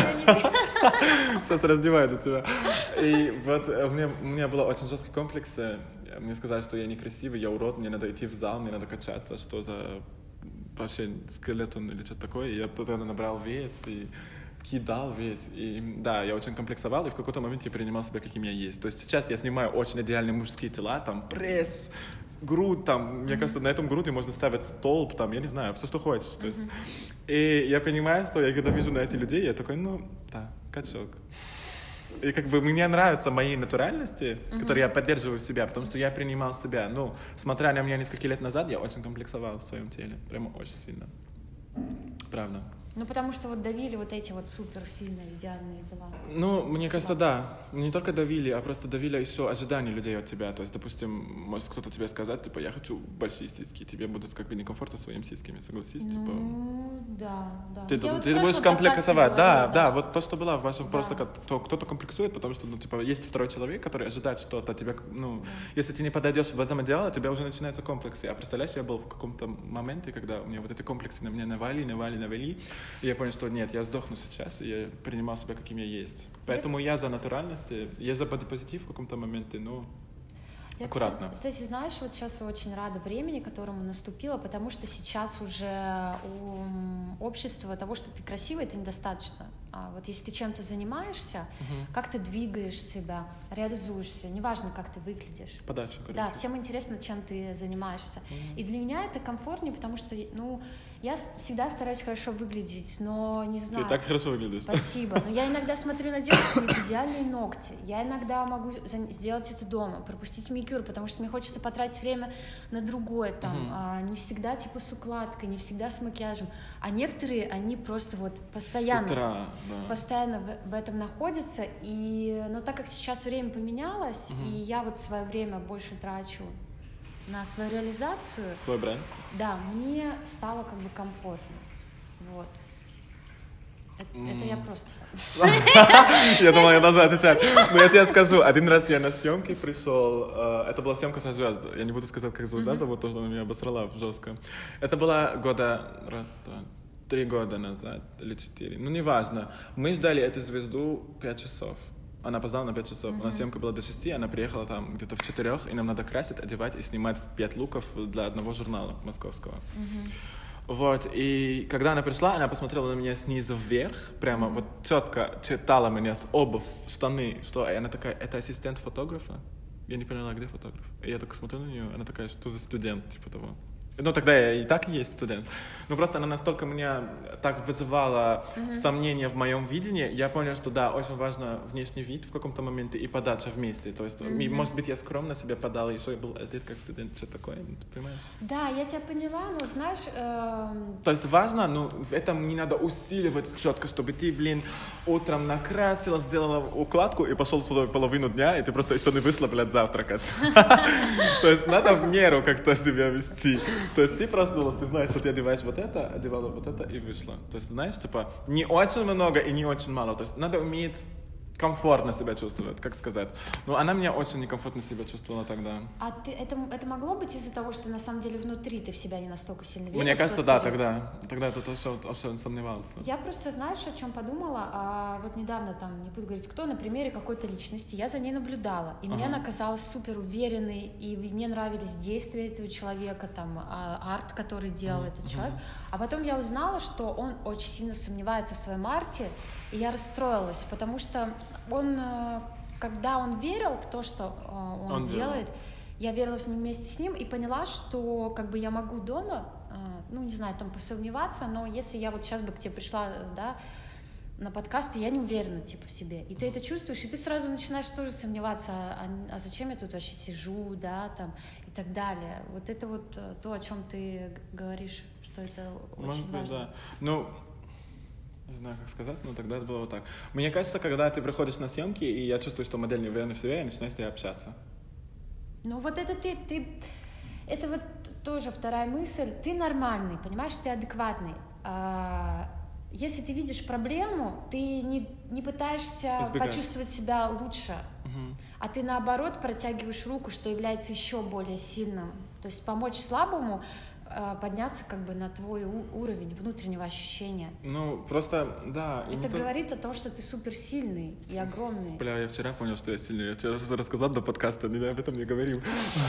Сейчас раздеваю до тебя. И вот у меня было очень жесткие комплексы. Мне сказали, что я некрасивый, я урод, мне надо идти в зал, мне надо качаться, что за вообще скелетон или что-то такое. И я потом набрал вес и кидал вес. И да, я очень комплексовал, и в какой-то момент я принимал себя, каким я есть. То есть сейчас я снимаю очень идеальные мужские тела, там пресс, грудь, там, мне кажется, на этом груди можно ставить столб, там, я не знаю, все, что хочешь. То есть. И я понимаю, что я когда вижу на этих людей, я такой, ну, да, качок. И как бы мне нравятся мои натуральности, которые я поддерживаю в себя, потому что я принимал себя. Ну, смотря на меня несколько лет назад, я очень комплексовал в своем теле. Прямо очень сильно. Правда. Ну, потому что вот давили вот эти вот суперсильные, идеальные дела. Ну, мне кажется, да. Не только давили, а просто давили еще ожидания людей от тебя. То есть, допустим, может кто-то тебе сказать, типа, я хочу большие сиськи, тебе будет как бы некомфортно своими сиськами, согласись? Ну, типа... да. Ты будешь комплексовать, да. Вот то, что было в вашем прошлом, кто-то комплексует, потому что, ну, типа, есть второй человек, который ожидает что-то от тебя, ну, если ты не подойдешь в этом идеале, у тебя уже начинаются комплексы. А представляешь, я был в каком-то моменте, когда у меня вот эти комплексы на меня навали, и я понял, что нет, я сдохну сейчас, и я принимал себя, каким я есть. Поэтому я за натуральность, я за бодипозитив в каком-то моменте, ну, аккуратно. Кстати, знаешь, вот сейчас я очень рада времени, которому наступило, потому что сейчас уже у общества того, что ты красивый, это недостаточно. А вот если ты чем-то занимаешься, как ты двигаешь себя, реализуешься, неважно, как ты выглядишь. Подальше, короче. Да, всем интересно, чем ты занимаешься. И для меня это комфортнее, потому что, ну, я всегда стараюсь хорошо выглядеть, но не знаю. Ты так хорошо выглядишь. Спасибо. Но я иногда смотрю на девушку, у них идеальные ногти. Я иногда могу сделать это дома, пропустить маникюр, потому что мне хочется потратить время на другое. Там, не всегда типа с укладкой, не всегда с макияжем. А некоторые, они просто вот постоянно, с утра, постоянно в этом находятся. Но так как сейчас время поменялось, и я вот свое время больше трачу на свою реализацию. Свой бренд? Да, мне стало как бы комфортнее. Вот. Это я просто... Я думала, я должна отвечать. Но я тебе скажу, один раз я на съемки пришел, это была съемка со звездой. Я не буду сказать, как звезда зовут, потому что она меня обосрала жестко. Это было раз, два, 3 года назад или 4. Ну, неважно. Мы ждали эту звезду 5 часов. Она опоздала на 5 часов. У нас съемка была до 6, она приехала там где-то в 4, и нам надо красить, одевать и снимать 5 луков для одного журнала московского. Вот, и когда она пришла, она посмотрела на меня снизу вверх, прямо вот четко читала меня с обувь, штаны, что, и она такая, это ассистент фотографа? Я не поняла, где фотограф. И я так смотрю на нее, она такая, что за студент, типа того. Ну, тогда я и так и есть студент. Но просто она настолько меня так вызывала сомнения в моем видении, я понял, что да, очень важно внешний вид в каком-то моменте и подача вместе. То есть, может быть, я скромно себя подала, еще я был одет как студент, что такое, ты понимаешь? Да, я тебя поняла, но знаешь... То есть важно, но в этом не надо усиливать четко, чтобы ты, утром накрасила, сделала укладку и пошел туда половину дня, и ты просто еще не вышла, завтракать. То есть надо в меру как-то себя вести. То есть ты проснулась, ты знаешь, что ты одеваешь вот это, одевала вот это и вышла. То есть, знаешь, типа, не очень много и не очень мало. То есть надо уметь комфортно себя чувствует, как сказать. Ну, она меня очень некомфортно себя чувствовала тогда. А это могло быть из-за того, что на самом деле внутри ты в себя не настолько сильно верил? Мне кажется, да, тогда это тоже сомневался. Я просто, знаешь, о чем подумала? Вот недавно, там, не буду говорить кто, на примере какой-то личности, я за ней наблюдала, и мне она казалась супер уверенной, и мне нравились действия этого человека, там, арт, который делал этот человек. А потом я узнала, что он очень сильно сомневается в своем арте, и я расстроилась, потому что когда он верил в то, что он делает, я верила вместе с ним и поняла, что как бы я могу дома, ну, не знаю, там посомневаться, но если я вот сейчас бы к тебе пришла, да, на подкаст, я не уверена, типа, в себе. И ты это чувствуешь, и ты сразу начинаешь тоже сомневаться, а зачем я тут вообще сижу, да, там, и так далее. Вот это вот то, о чем ты говоришь, что это очень важно. Да. Ну, не знаю, как сказать, но тогда это было вот так. Мне кажется, когда ты приходишь на съемки, и я чувствую, что модель не уверена в себе, я начинаю с тобой общаться. Ну вот это это вот тоже вторая мысль. Ты нормальный, понимаешь, ты адекватный. Если ты видишь проблему, ты не пытаешься почувствовать себя лучше, а ты наоборот протягиваешь руку, что является еще более сильным. То есть помочь слабому подняться как бы на твой уровень внутреннего ощущения. Ну, просто, да. Это говорит о том, что ты суперсильный и огромный. Бля, я вчера понял, что я сильный. Я вчера рассказал до подкаста, не об этом не говорил.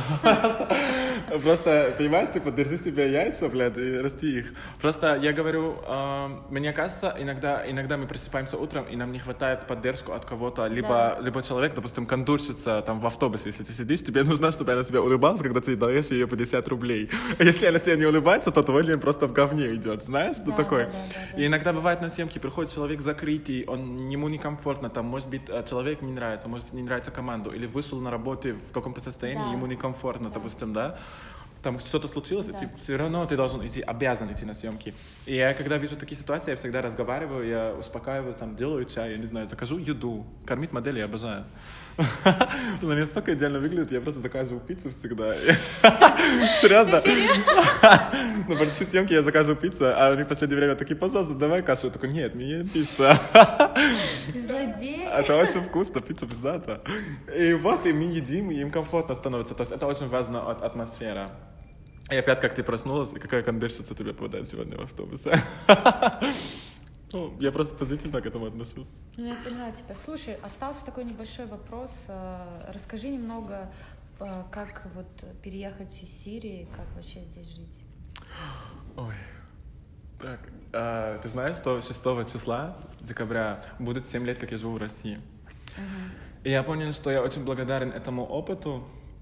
Просто, понимаешь, типа, держи себе яйца, блядь, и расти их. Просто я говорю, мне кажется, иногда мы просыпаемся утром, и нам не хватает поддержку от кого-то, либо человек, допустим, кондурщица там в автобусе, если ты сидишь, тебе нужно, чтобы она тебя улыбалась, когда ты даешь ей по 50 рублей. Если она тебе не улыбается, то твой день просто в говне идет, знаешь, что такое? И иногда бывает на съемке, приходит человек закрытый, ему некомфортно, там, может быть, человек не нравится, может, не нравится команду, или вышел на работе в каком-то состоянии, ему некомфортно, допустим, да? Там что-то случилось, и все равно ты обязан идти на съемки. И я, когда вижу такие ситуации, я всегда разговариваю, я успокаиваю, там, делаю чай, я не знаю, закажу еду. Кормить модели я обожаю. Она мне столько идеально выглядит, я просто заказываю пиццу всегда. Серьезно? На большой съемке я заказываю пиццу, а они в последнее время такие, пожалуйста, давай кашу. Я такой, нет, мне пицца. Ты злодей. Это очень вкусно, пицца пиздата. И вот, и мы едим, и им комфортно становится. То есть это очень важна атмосфера. И опять, как ты проснулась, и какая кондерщица тебе попадает сегодня в автобусе. Ну, я просто позитивно к этому отношусь. Ну, я поняла тебя. Слушай, остался такой небольшой вопрос. Расскажи немного, как вот переехать из Сирии, как вообще здесь жить? Ой. Так, ты знаешь, что 6 числа декабря будет 7 лет, как я живу в России. И я понял, что я очень благодарен этому опыту.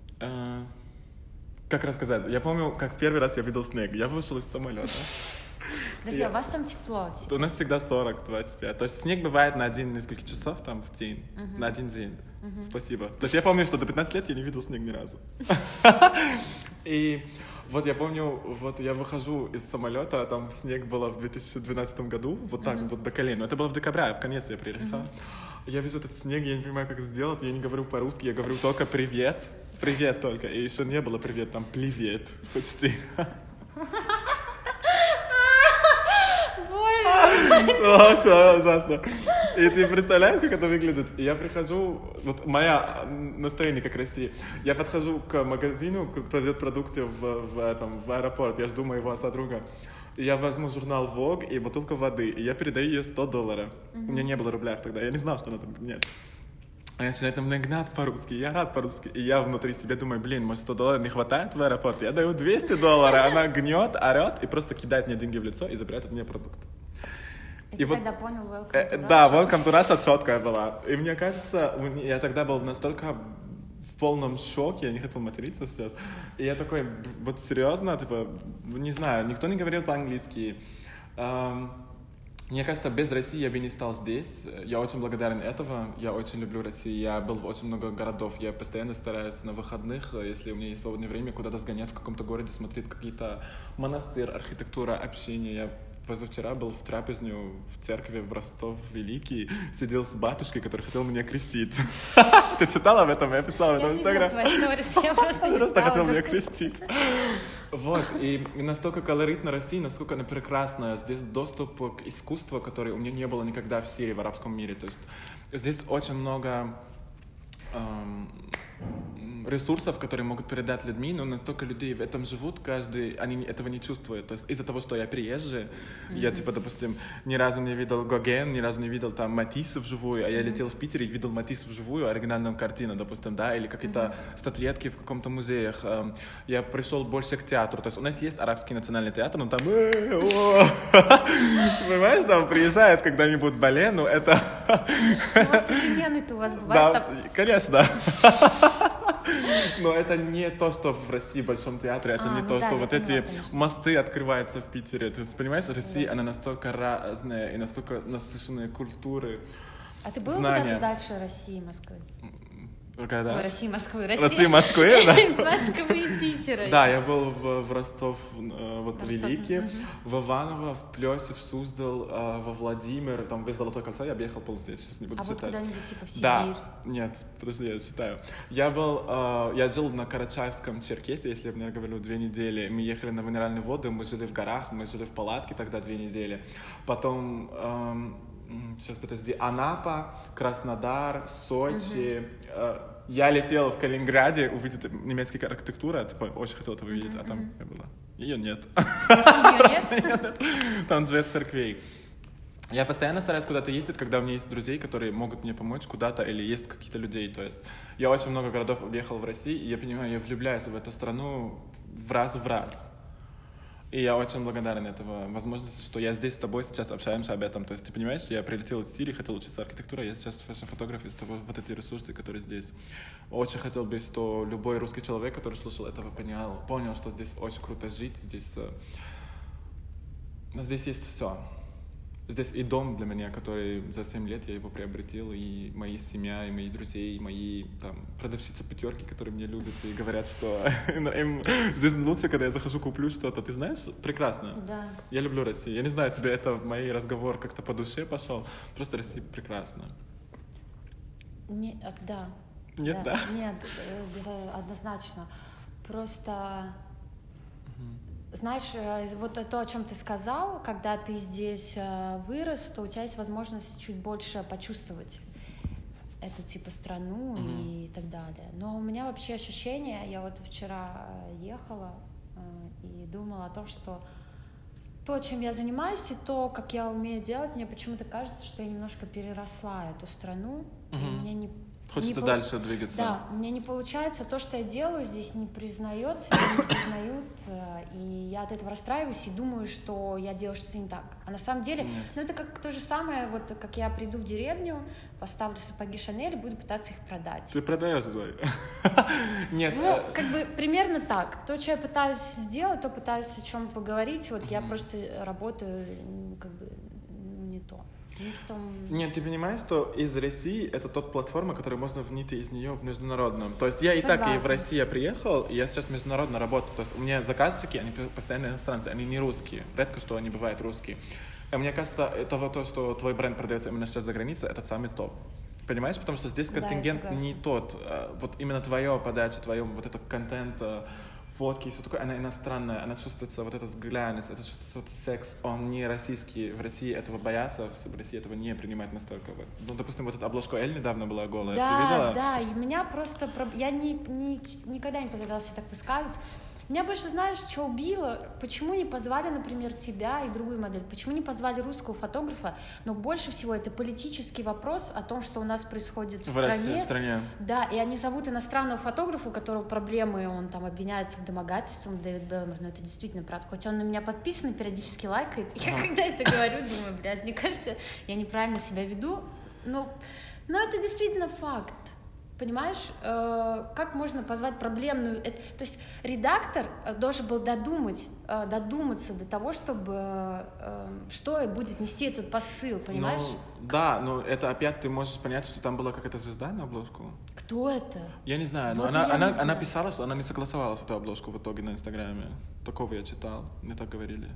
Как рассказать? Я помню, как первый раз я видел снег. Я вышел из самолета. Подожди, а у вас там тепло? У нас всегда 40-25. То есть снег бывает на несколько часов там в день. На один день. Спасибо. То есть я помню, что до 15 лет я не видел снег ни разу. И вот я помню, вот я выхожу из самолета, а там снег было в 2012 году, вот так вот до колена. Это было в декабре, а в конец я приехал. Я вижу этот снег, я не понимаю, как сделать, я не говорю по-русски, я говорю только «привет». Привет только. И еще не было привет, там «плевет». Почти. Вообще ужасно. И ты представляешь, как это выглядит? И я прихожу, вот мое настроение как Россия. Я подхожу к магазину, продает продукты в аэропорт. Я жду моего содруга. И я возьму журнал Vogue и бутылку воды. И я передаю ей $100. У меня не было рубля тогда. Я не знал, что надо. Нет. Она начинает на меня гнать по-русски, я рад по-русски. И я внутри себя думаю, блин, может $100 не хватает в аэропорт? Я даю $200, она гнет, орет и просто кидает мне деньги в лицо и забирает от меня продукт. И ты тогда понял welcome to Russia? Да, welcome to Russia четкая была. И мне кажется, я тогда был настолько в полном шоке, я не хотел материться сейчас. И я такой, вот серьезно, типа, не знаю, никто не говорил по-английски. Мне кажется, без России я бы не стал здесь. Я очень благодарен этого. Я очень люблю Россию. Я был в очень много городов. Я постоянно стараюсь на выходных, если у меня есть свободное время, куда-то сгонять в каком-то городе, смотреть какие-то монастырь, архитектура, общение. Я позавчера был в трапезню в церкви в Ростов-Великий, сидел с батюшкой, который хотел меня крестить. Ты читала об этом? Я писала об этом в Инстаграме. Я просто хотел меня крестить. Вот, и настолько колоритна Россия, насколько она прекрасная. Здесь доступ к искусству, который у меня не было никогда в Сирии, в арабском мире. То есть здесь очень много ресурсов, которые могут передать людьми, но настолько людей в этом живут, каждый, они этого не чувствуют. То есть из-за того, что я приезжий, я, типа, допустим, ни разу не видел Гоген, ни разу не видел там Матисса вживую, а я летел в Питер и видел Матисса вживую, оригинальную картину, допустим, да, или какие-то статуэтки в каком-то музеях. Я пришел больше к театру. То есть у нас есть Арабский национальный театр, но там... Понимаешь, там приезжает когда-нибудь Бале, ну это... У вас современный-то у вас бывает? Да, конечно. Но это не то, что в России в Большом театре, это не то, что вот эти мосты открываются в Питере. Ты понимаешь, Россия, она настолько разная и настолько насыщенная культуры. А ты был куда-то дальше России, Москвы? Когда? Ой, России, Москвы, России, Москвы, да? Москвы и Питера. Да, я был в Ростов, вот Великий, в Иваново, в Плёсе, в Суздал, во Владимир, там весь Золотое кольцо, я объехал полздесь, сейчас не буду считать. А вот куда-нибудь типа в Сибирь? Да, нет, подожди, я считаю. Я жил на Карачаевском Черкесии, если я не говорю, 2 недели. Мы ехали на минеральные воды, мы жили в горах, мы жили в палатке тогда 2 недели. Потом... Сейчас, подожди, Анапа, Краснодар, Сочи. Я летел в Калининграде увидеть немецкую архитектуру, типа, очень хотел это увидеть, а там я была. Ее нет. Ее нет? Там 2 церквей. Я постоянно стараюсь куда-то ездить, когда у меня есть друзей, которые могут мне помочь куда-то, или есть какие-то людей. То есть я очень много городов объехал в России, и я понимаю, я влюбляюсь в эту страну в раз. И я очень благодарен этого возможности, что я здесь с тобой сейчас общаемся об этом. То есть, ты понимаешь, я прилетел из Сирии, хотел учиться архитектуре, я сейчас фэшн-фотограф из того, вот эти ресурсы, которые здесь. Очень хотел бы, что любой русский человек, который слушал этого, понял, что здесь очень круто жить, здесь есть все. Здесь и дом для меня, который за 7 лет я его приобретил, и моя семья, и мои друзья, и мои там продавщицы пятерки, которые меня любят и говорят, что им жизнь лучше, когда я захожу, куплю что-то. Ты знаешь? Прекрасно. Да. Я люблю Россию. Я не знаю, тебе это в мой разговор как-то по душе пошел. Просто Россия прекрасна. Нет, да. Нет, да? Нет, однозначно. Просто... Знаешь, вот то, о чем ты сказал, когда ты здесь вырос, то у тебя есть возможность чуть больше почувствовать эту типа страну и так далее. Но у меня вообще ощущение, я вот вчера ехала и думала о том, что то, чем я занимаюсь, и то, как я умею делать, мне почему-то кажется, что я немножко переросла эту страну, и мне не Хочется дальше двигаться. Да, у меня не получается, то, что я делаю, здесь не признается, не признают, и я от этого расстраиваюсь и думаю, что я делаю что-то не так. А на самом деле, это как то же самое, вот как я приду в деревню, поставлю сапоги Шанель и буду пытаться их продать. Ты продаешь, Зоя? Нет. Ну, как бы примерно так. То, что я пытаюсь сделать, то пытаюсь о чем поговорить, вот я просто работаю как бы не то. Нет, ты понимаешь, что из России это тот платформа, которую можно внести из нее в международном. То есть я и так и в Россию приехал, и я сейчас международно работаю. То есть у меня заказчики, они постоянно иностранцы, они не русские. Редко, что они бывают русские. И мне кажется, это вот то, что твой бренд продается именно сейчас за границей, это самый топ. Понимаешь? Потому что здесь контингент не тот. Вот именно твоя подача, твоё вот этот контент, фотки, все такое, она иностранная, она чувствуется вот этот глянец, это чувствуется вот секс, он не российский, в России этого боятся, в России этого не принимают настолько. Ну, допустим, вот эта обложка Эль недавно была голая, да, ты видела? Да, и меня просто, я никогда не позволяла себе так высказывать. Меня больше, знаешь, что убило? Почему не позвали, например, тебя и другую модель? Почему не позвали русского фотографа? Но больше всего это политический вопрос о том, что у нас происходит в стране. России, в стране. Да, и они зовут иностранного фотографа, у которого проблемы, он там обвиняется в домогательстве, Дэвид Беллмер, но это действительно правда. Хоть он на меня подписан и периодически лайкает, я когда это говорю, думаю, блядь, мне кажется, я неправильно себя веду. Но это действительно факт. Понимаешь, как можно позвать проблемную... То есть редактор должен был додуматься до того, чтобы что будет нести этот посыл, понимаешь? Да, но это опять ты можешь понять, что там была какая-то звезда на обложку. Кто это? Я не знаю, вот но она писала, что она не согласовалась с этой обложкой в итоге на Инстаграме. Такого я читал, мне так говорили.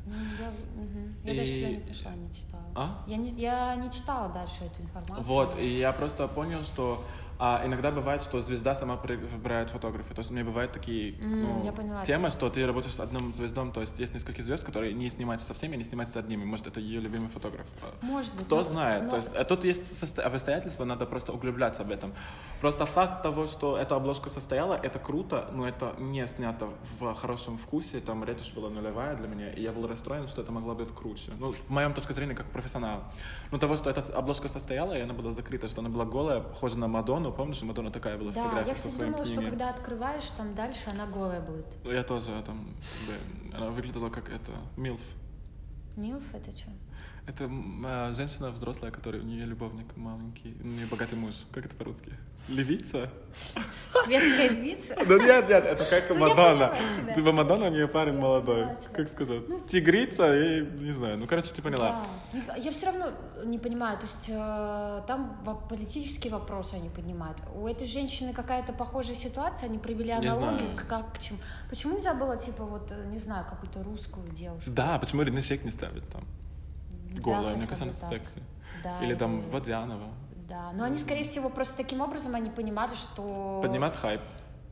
Я даже сюда не пришла, не читала. Я не читала дальше эту информацию. Вот, и я просто понял, что иногда бывает, что звезда сама выбирает фотографию. То есть у меня бывают такие темы, что ты работаешь с одним звездом, то есть есть несколько звезд, которые не снимаются со всеми, не снимаются с одними. Может, это ее любимый фотограф. Может быть. Кто знает. Но то есть тут есть обстоятельства, надо просто углубляться об этом. Просто факт того, что эта обложка состояла, это круто, но это не снято в хорошем вкусе, там ретушь была нулевая для меня, и я был расстроен, что это могло быть круче. Ну, в моем точке зрения, как профессионал. Но того, что эта обложка состояла, и она была закрыта, что она была голая, похожа на Мадонну, помнишь, Мадонна такая была фотография со своим думала, книгой. что когда открываешь, там дальше она голая будет. Я тоже, там, она выглядела как милф. Милф это что? Это женщина взрослая, которая у нее любовник маленький, у нее богатый муж. Как это по-русски? Левица? Светская львица? Да нет, это как Мадонна. Типа Мадонна, у нее парень молодой. Как сказать? Тигрица и, не знаю, короче, ты поняла. Я все равно не понимаю, то есть там политические вопросы они поднимают. У этой женщины какая-то похожая ситуация, они провели аналогию, как к чему. Почему нельзя было, типа, вот, не знаю, какую-то русскую девушку? Да, почему Ирина Шейк не ставит там? Голая, мне кажется, она секси. Да, или там Водянова. Да, но они, скорее всего, просто таким образом они понимали, что... Поднимают хайп.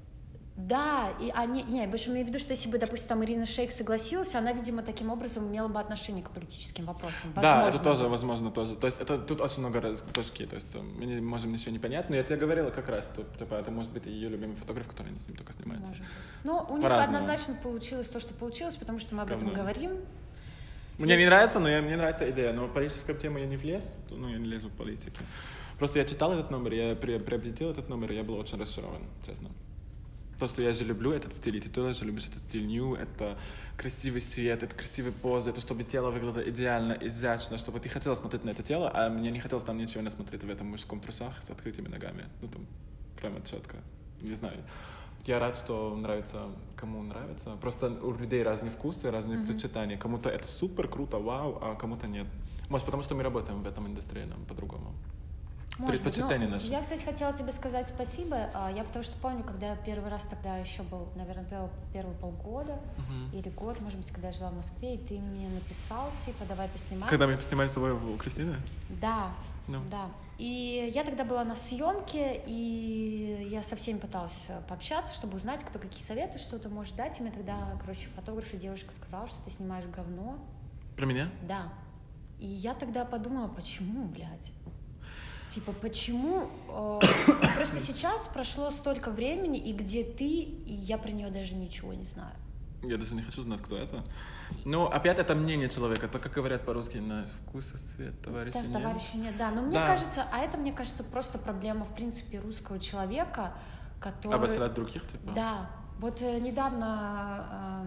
Да, и они... Я больше имею в виду, что если бы, допустим, там Ирина Шейк согласилась, она, видимо, таким образом имела бы отношение к политическим вопросам. Возможно. Да, это тоже, возможно, тоже. То есть это тут очень много точки, то есть мы не можем ничего не понять, но я тебе говорила как раз, типа, это может быть ее любимый фотограф, который с ним только снимается. Ну, у них однозначно получилось то, что получилось, потому что мы об этом говорим. Мне не нравится, но мне нравится идея. Но в политическую тему я не влез, я не лезу в политику. Просто я читал этот номер, я приобретел этот номер, и я был очень расчарован, честно. То, что я же люблю этот стиль, и ты тоже любишь этот стиль нью, это красивый свет, это красивые позы, это чтобы тело выглядело идеально, изящно, чтобы ты хотела смотреть на это тело, а мне не хотелось там ничего не смотреть в этом мужском трусах с открытыми ногами. Там прямо четко. Не знаю. Я рад, что нравится, кому нравится. Просто у людей разные вкусы, разные предпочитания. Кому-то это супер круто, вау, а кому-то нет. Может, потому что мы работаем в этом индустрии, нам по-другому. Предпочитания наши. Я, кстати, хотела тебе сказать спасибо. Я потому что помню, когда я первый раз тогда еще был, наверное, первые полгода или год, может быть, когда я жила в Москве, и ты мне написал, типа, давай поснимаем. Когда мы поснимали с тобой у Кристины? Да, да. И я тогда была на съемке, и я со всеми пыталась пообщаться, чтобы узнать, кто какие советы, что ты можешь дать. И мне тогда, фотограф и девушка сказала, что ты снимаешь говно. Про меня? Да. И я тогда подумала, почему, блядь? Типа, почему? Просто сейчас прошло столько времени, и где ты, и я про нее даже ничего не знаю. Я даже не хочу знать, кто это. Но опять это мнение человека. Это, как говорят по-русски, на вкус и цвет товарища нет. Товарища нет, да. Но мне кажется, мне кажется, просто проблема, в принципе, русского человека, который... Обосрать других, типа? Да. Вот недавно...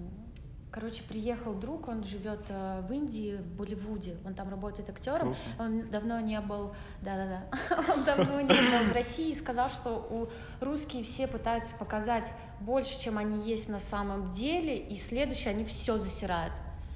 приехал друг, он живет в Индии, в Болливуде, он там работает актером, он давно не был, он давно не был в России и сказал, что русские все пытаются показать больше, чем они есть на самом деле, и следующее, они все засирают.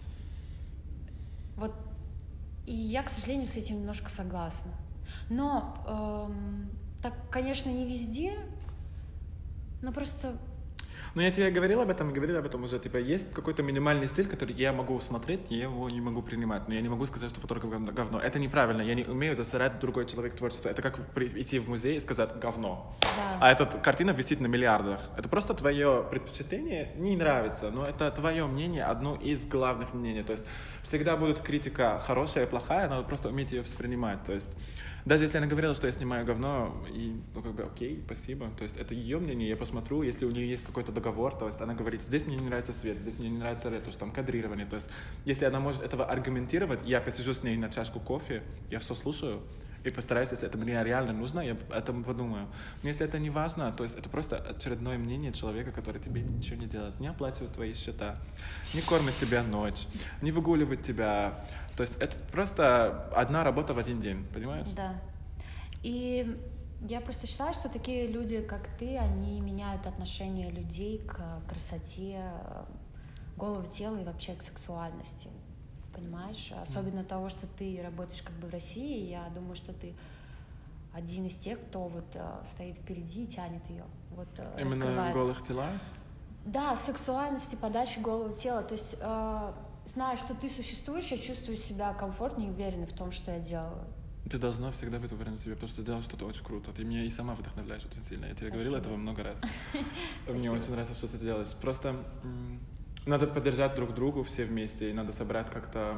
Вот, и я, к сожалению, с этим немножко согласна. Но, так, конечно, не везде, но просто... Ну, я тебе говорил об этом уже, типа, есть какой-то минимальный стиль, который я могу смотреть, я его не могу принимать, но я не могу сказать, что фотограф говно. Это неправильно, я не умею засирать другой человек творчество. Это как идти в музей и сказать говно. Да. А эта картина висит на миллиардах. Это просто твое предпочтение, не нравится, но это твое мнение, одно из главных мнений. То есть всегда будет критика хорошая и плохая, надо просто уметь ее воспринимать. То есть даже если она говорила, что я снимаю говно, и, окей, спасибо. То есть это ее мнение, я посмотрю, если у нее есть какой-то договор, то есть она говорит, здесь мне не нравится свет, здесь мне не нравится ретушь, там кадрирование. То есть если она может этого аргументировать, я посижу с ней на чашку кофе, я все слушаю и постараюсь, если это мне реально нужно, я об этом подумаю. Но если это не важно, то есть это просто очередное мнение человека, который тебе ничего не делает, не оплачивает твои счета, не кормит тебя ночь, не выгуливает тебя. То есть это просто одна работа в один день, понимаешь? Да. И я просто считаю, что такие люди, как ты, они меняют отношение людей к красоте голого тела и вообще к сексуальности. Понимаешь? Особенно того, что ты работаешь как бы в России, я думаю, что ты один из тех, кто вот стоит впереди и тянет ее. Вот, именно раскрывает. Голых тела? Да, сексуальность и подача голого тела. То есть, зная, что ты существуешь, я чувствую себя комфортнее и уверенно в том, что я делаю. Ты должна всегда быть уверена в себе, потому что ты делаешь что-то очень круто. Ты меня и сама вдохновляешь очень сильно. Я тебе говорила этого много раз. Мне очень нравится, что ты делаешь. Просто надо поддержать друг другу все вместе, и надо собрать как-то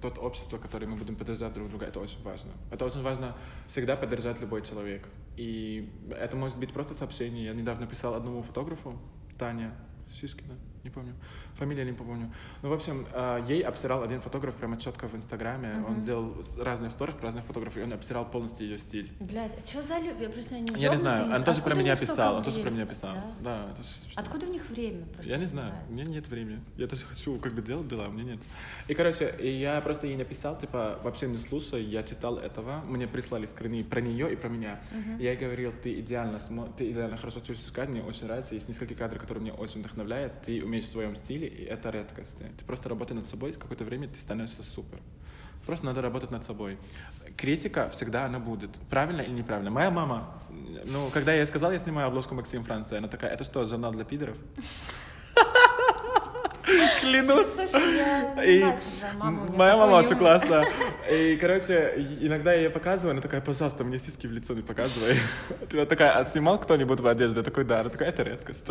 тот общество, которое мы будем поддержать друг друга, это очень важно. Это очень важно всегда поддержать любой человек. И это может быть просто сообщение. Я недавно писал одному фотографу, Таня Шишкина, не помню, фамилия не помню. Ну, в общем, ей обсирал один фотограф прямо четко в Инстаграме. Он сделал разные сторис разных фотографов, и он обсирал полностью ее стиль. Блядь, а что за любовь? Я просто не Я не знаю, он тоже про меня писал. Да? Да, откуда у них время? Я не знаю, у меня нет времени. Я даже хочу как бы делать дела, у меня нет. И, короче, я просто ей написал, типа, вообще не слушай, я читал этого, мне прислали скрины про нее и про меня. Я ей говорил, ты идеально хорошо чувствуешь ткань, мне очень нравится, есть несколько кадров, которые мне очень вдохновляют, ты умеешь в своем стиле, и это редкость. Ты просто работай над собой, какое-то время ты становишься супер. Просто надо работать над собой. Критика всегда она будет. Правильно или неправильно? Моя мама, ну, когда я ей сказал, я снимаю обложку «Максим Франция», она такая, это что, журнал для пидоров? Клянусь. Моя мама очень классная. И, короче, иногда я ей показываю, она такая, пожалуйста, мне сиськи в лицо не показывай. Ты такая, а снимал кто-нибудь в одежде? Я такой, да. Она такая, это редкость.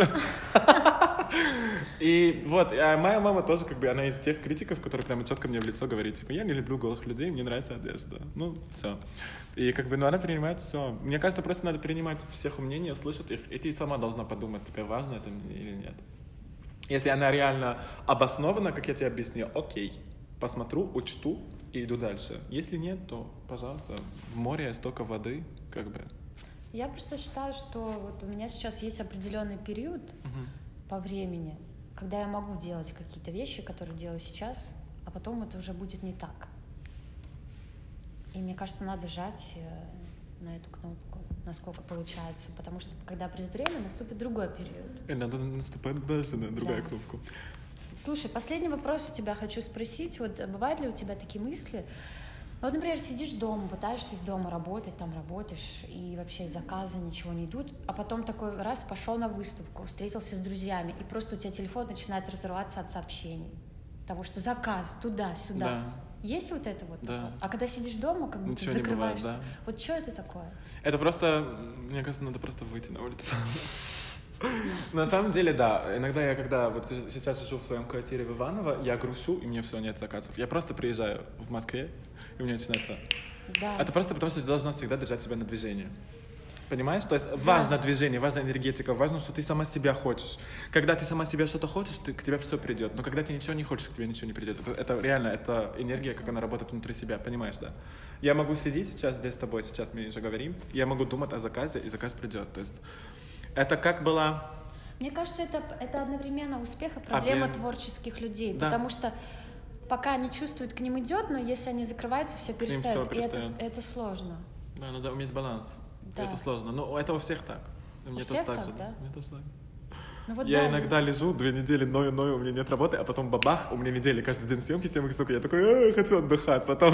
И вот, моя мама тоже, как бы, она из тех критиков, которые прямо четко мне в лицо говорит, типа, я не люблю голых людей, мне нравится одежда. Ну, все. И, как бы, ну, она принимает все. Мне кажется, просто надо принимать всех мнения, слышать их, и ты сама должна подумать, тебе важно это или нет. Если она реально обоснована, как я тебе объяснил, окей, посмотрю, учту и иду дальше. Если нет, то, пожалуйста, в море столько воды, как бы. Я просто считаю, что вот у меня сейчас есть определенный период по времени, когда я могу делать какие-то вещи, которые делаю сейчас, а потом это уже будет не так. И мне кажется, надо жать на эту кнопку, насколько получается, потому что когда придет время, наступит другой период. И надо наступать дальше на другую кнопку. Слушай, последний вопрос у тебя хочу спросить. Вот бывают ли у тебя такие мысли? Вот, например, сидишь дома, пытаешься из дома работать, там работаешь, и вообще заказы ничего не идут, а потом такой раз пошел на выставку, встретился с друзьями, и просто у тебя телефон начинает разрываться от сообщений. Того, что заказ туда-сюда. Да. Есть вот это вот? Да. Такое? А когда сидишь дома, как будто ничего закрываешься. Не бывает, да. Вот что это такое? Это просто, мне кажется, надо просто выйти на улицу. На самом деле, да. Иногда я, когда вот сейчас живу в своем квартире в Иваново, я грущу, и мне все, нет заказов. Я просто приезжаю в Москве, и у меня начинается... Да. Это просто потому, что ты должна всегда держать себя на движении. Понимаешь? То есть важно движение, важна энергетика, важно, что ты сама себя хочешь. Когда ты сама себя что-то хочешь, к тебе все придет. Но когда ты ничего не хочешь, к тебе ничего не придет. Это реально, это энергия, как она работает внутри себя, понимаешь, да? Я могу сидеть сейчас здесь с тобой, сейчас мы уже говорим, я могу думать о заказе, и заказ придет. То есть это как было... Мне кажется, это одновременно успех и проблема творческих людей, да. Потому что пока они чувствуют, к ним идет, но если они закрываются, все перестает. И это сложно. Да, надо уметь баланс. Да. Это сложно. Но это у всех так. Мне тоже так же. Да? Мне тоже так. Ну, вот я иногда лежу 2 недели, ною, у меня нет работы, а потом бабах, у меня недели, каждый день съемки, сука, я такой, хочу отдыхать, потом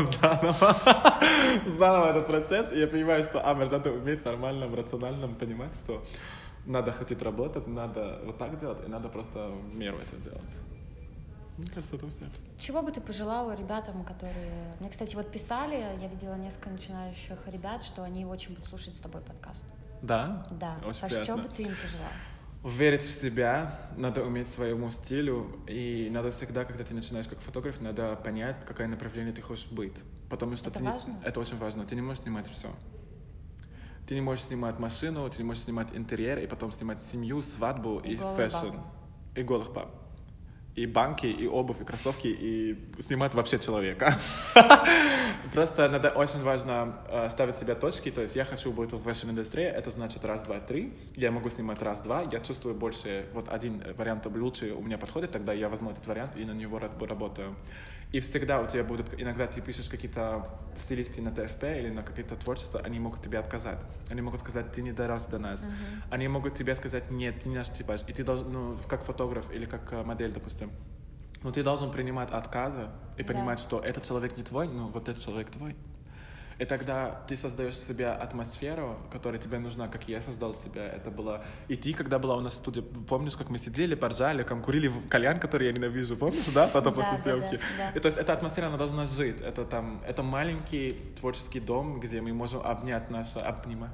заново этот процесс, и я понимаю, что, надо уметь нормально, рационально понимать, что надо хотеть работать, надо вот так делать, и надо просто в меру это делать. Мне кажется, это у всех. Чего бы ты пожелала ребятам, которые... Мне, кстати, вот писали, я видела несколько начинающих ребят, что они очень будут слушать с тобой подкаст. Да? Да. Очень Паш, приятно. что бы ты им пожелала? Верить в себя, надо уметь своему стилю, и надо всегда, когда ты начинаешь как фотограф, надо понять, какое направление ты хочешь быть. Потому что это важно? Это очень важно. Ты не можешь снимать все. Ты не можешь снимать машину, ты не можешь снимать интерьер, и потом снимать семью, свадьбу и фэшн. И голых баб. И банки, и обувь, и кроссовки, и снимать вообще человека. Просто надо очень важно ставить себе точки. То есть я хочу быть в фэшн-индустрии, это значит 1, 2, 3. Я могу снимать 1, 2. Я чувствую больше, вот один вариант лучше у меня подходит, тогда я возьму этот вариант и на него работаю. И всегда у тебя будут, иногда ты пишешь какие-то стилисты на ТФП или на какое-то творчество, они могут тебе отказать. Они могут сказать, ты не дорос до нас. Они могут тебе сказать, нет, ты не наш типаж. И ты должен, ну, как фотограф или как модель, допустим, ну, ты должен принимать отказы и понимать, что этот человек не твой, но вот этот человек твой. И тогда ты создаешь себе атмосферу, которая тебе нужна, как я создал себя. Это было... И ты, когда была у нас в студии, помнишь, как мы сидели, поржали, курили кальян, который я ненавижу, помнишь, да? Потом после съемки. Да. И то есть эта атмосфера, она должна жить. Это маленький творческий дом, где мы можем обнять наше... Обнимать.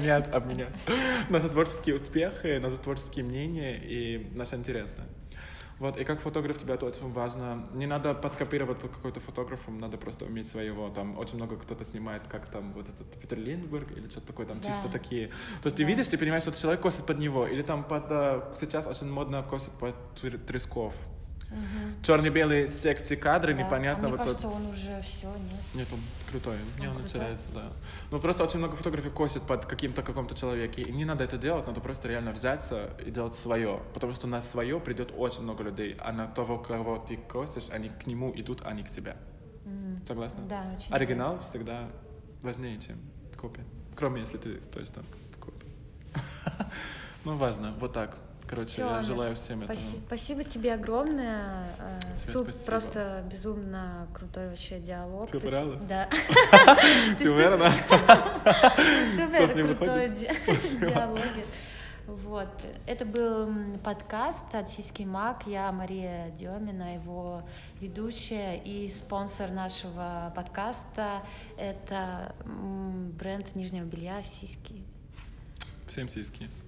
Обменять наши творческие успехи, наши творческие мнения и наши интересы. Вот, и как фотограф тебе это очень важно. Не надо подкопировать под какой-то фотографом, надо просто уметь своего. Там очень много кто-то снимает, как там вот этот Питер Линдберг или что-то такое, там чисто такие. То есть ты видишь, ты понимаешь, что человек косит под него. Или там сейчас очень модно косит под Тресков. Черно-белые секси-кадры, непонятно. Мне кажется, он уже все, нет? Нет, он крутой, мне он нравится, да. Ну, просто очень много фотографий косит под каким-то человеке, и не надо это делать, надо просто реально взяться и делать свое, потому что на свое придет очень много людей, а на того, кого ты косишь, они к нему идут, а не к тебе. Согласна? Да, очень. Оригинал всегда важнее, чем копия, кроме если ты стоишь там копия. Ну, важно, вот так. Короче, всё, я желаю всем этого. Спасибо тебе огромное. Спасибо. Просто безумно крутой вообще диалог. Тебе понравилось? Да. Ты уверена? Супер крутой диалог. Вот. Это был подкаст от Сиськи Маг. Я Мария Демина, его ведущая и спонсор нашего подкаста. Это бренд нижнего белья «Сиськи». Всем сиськи.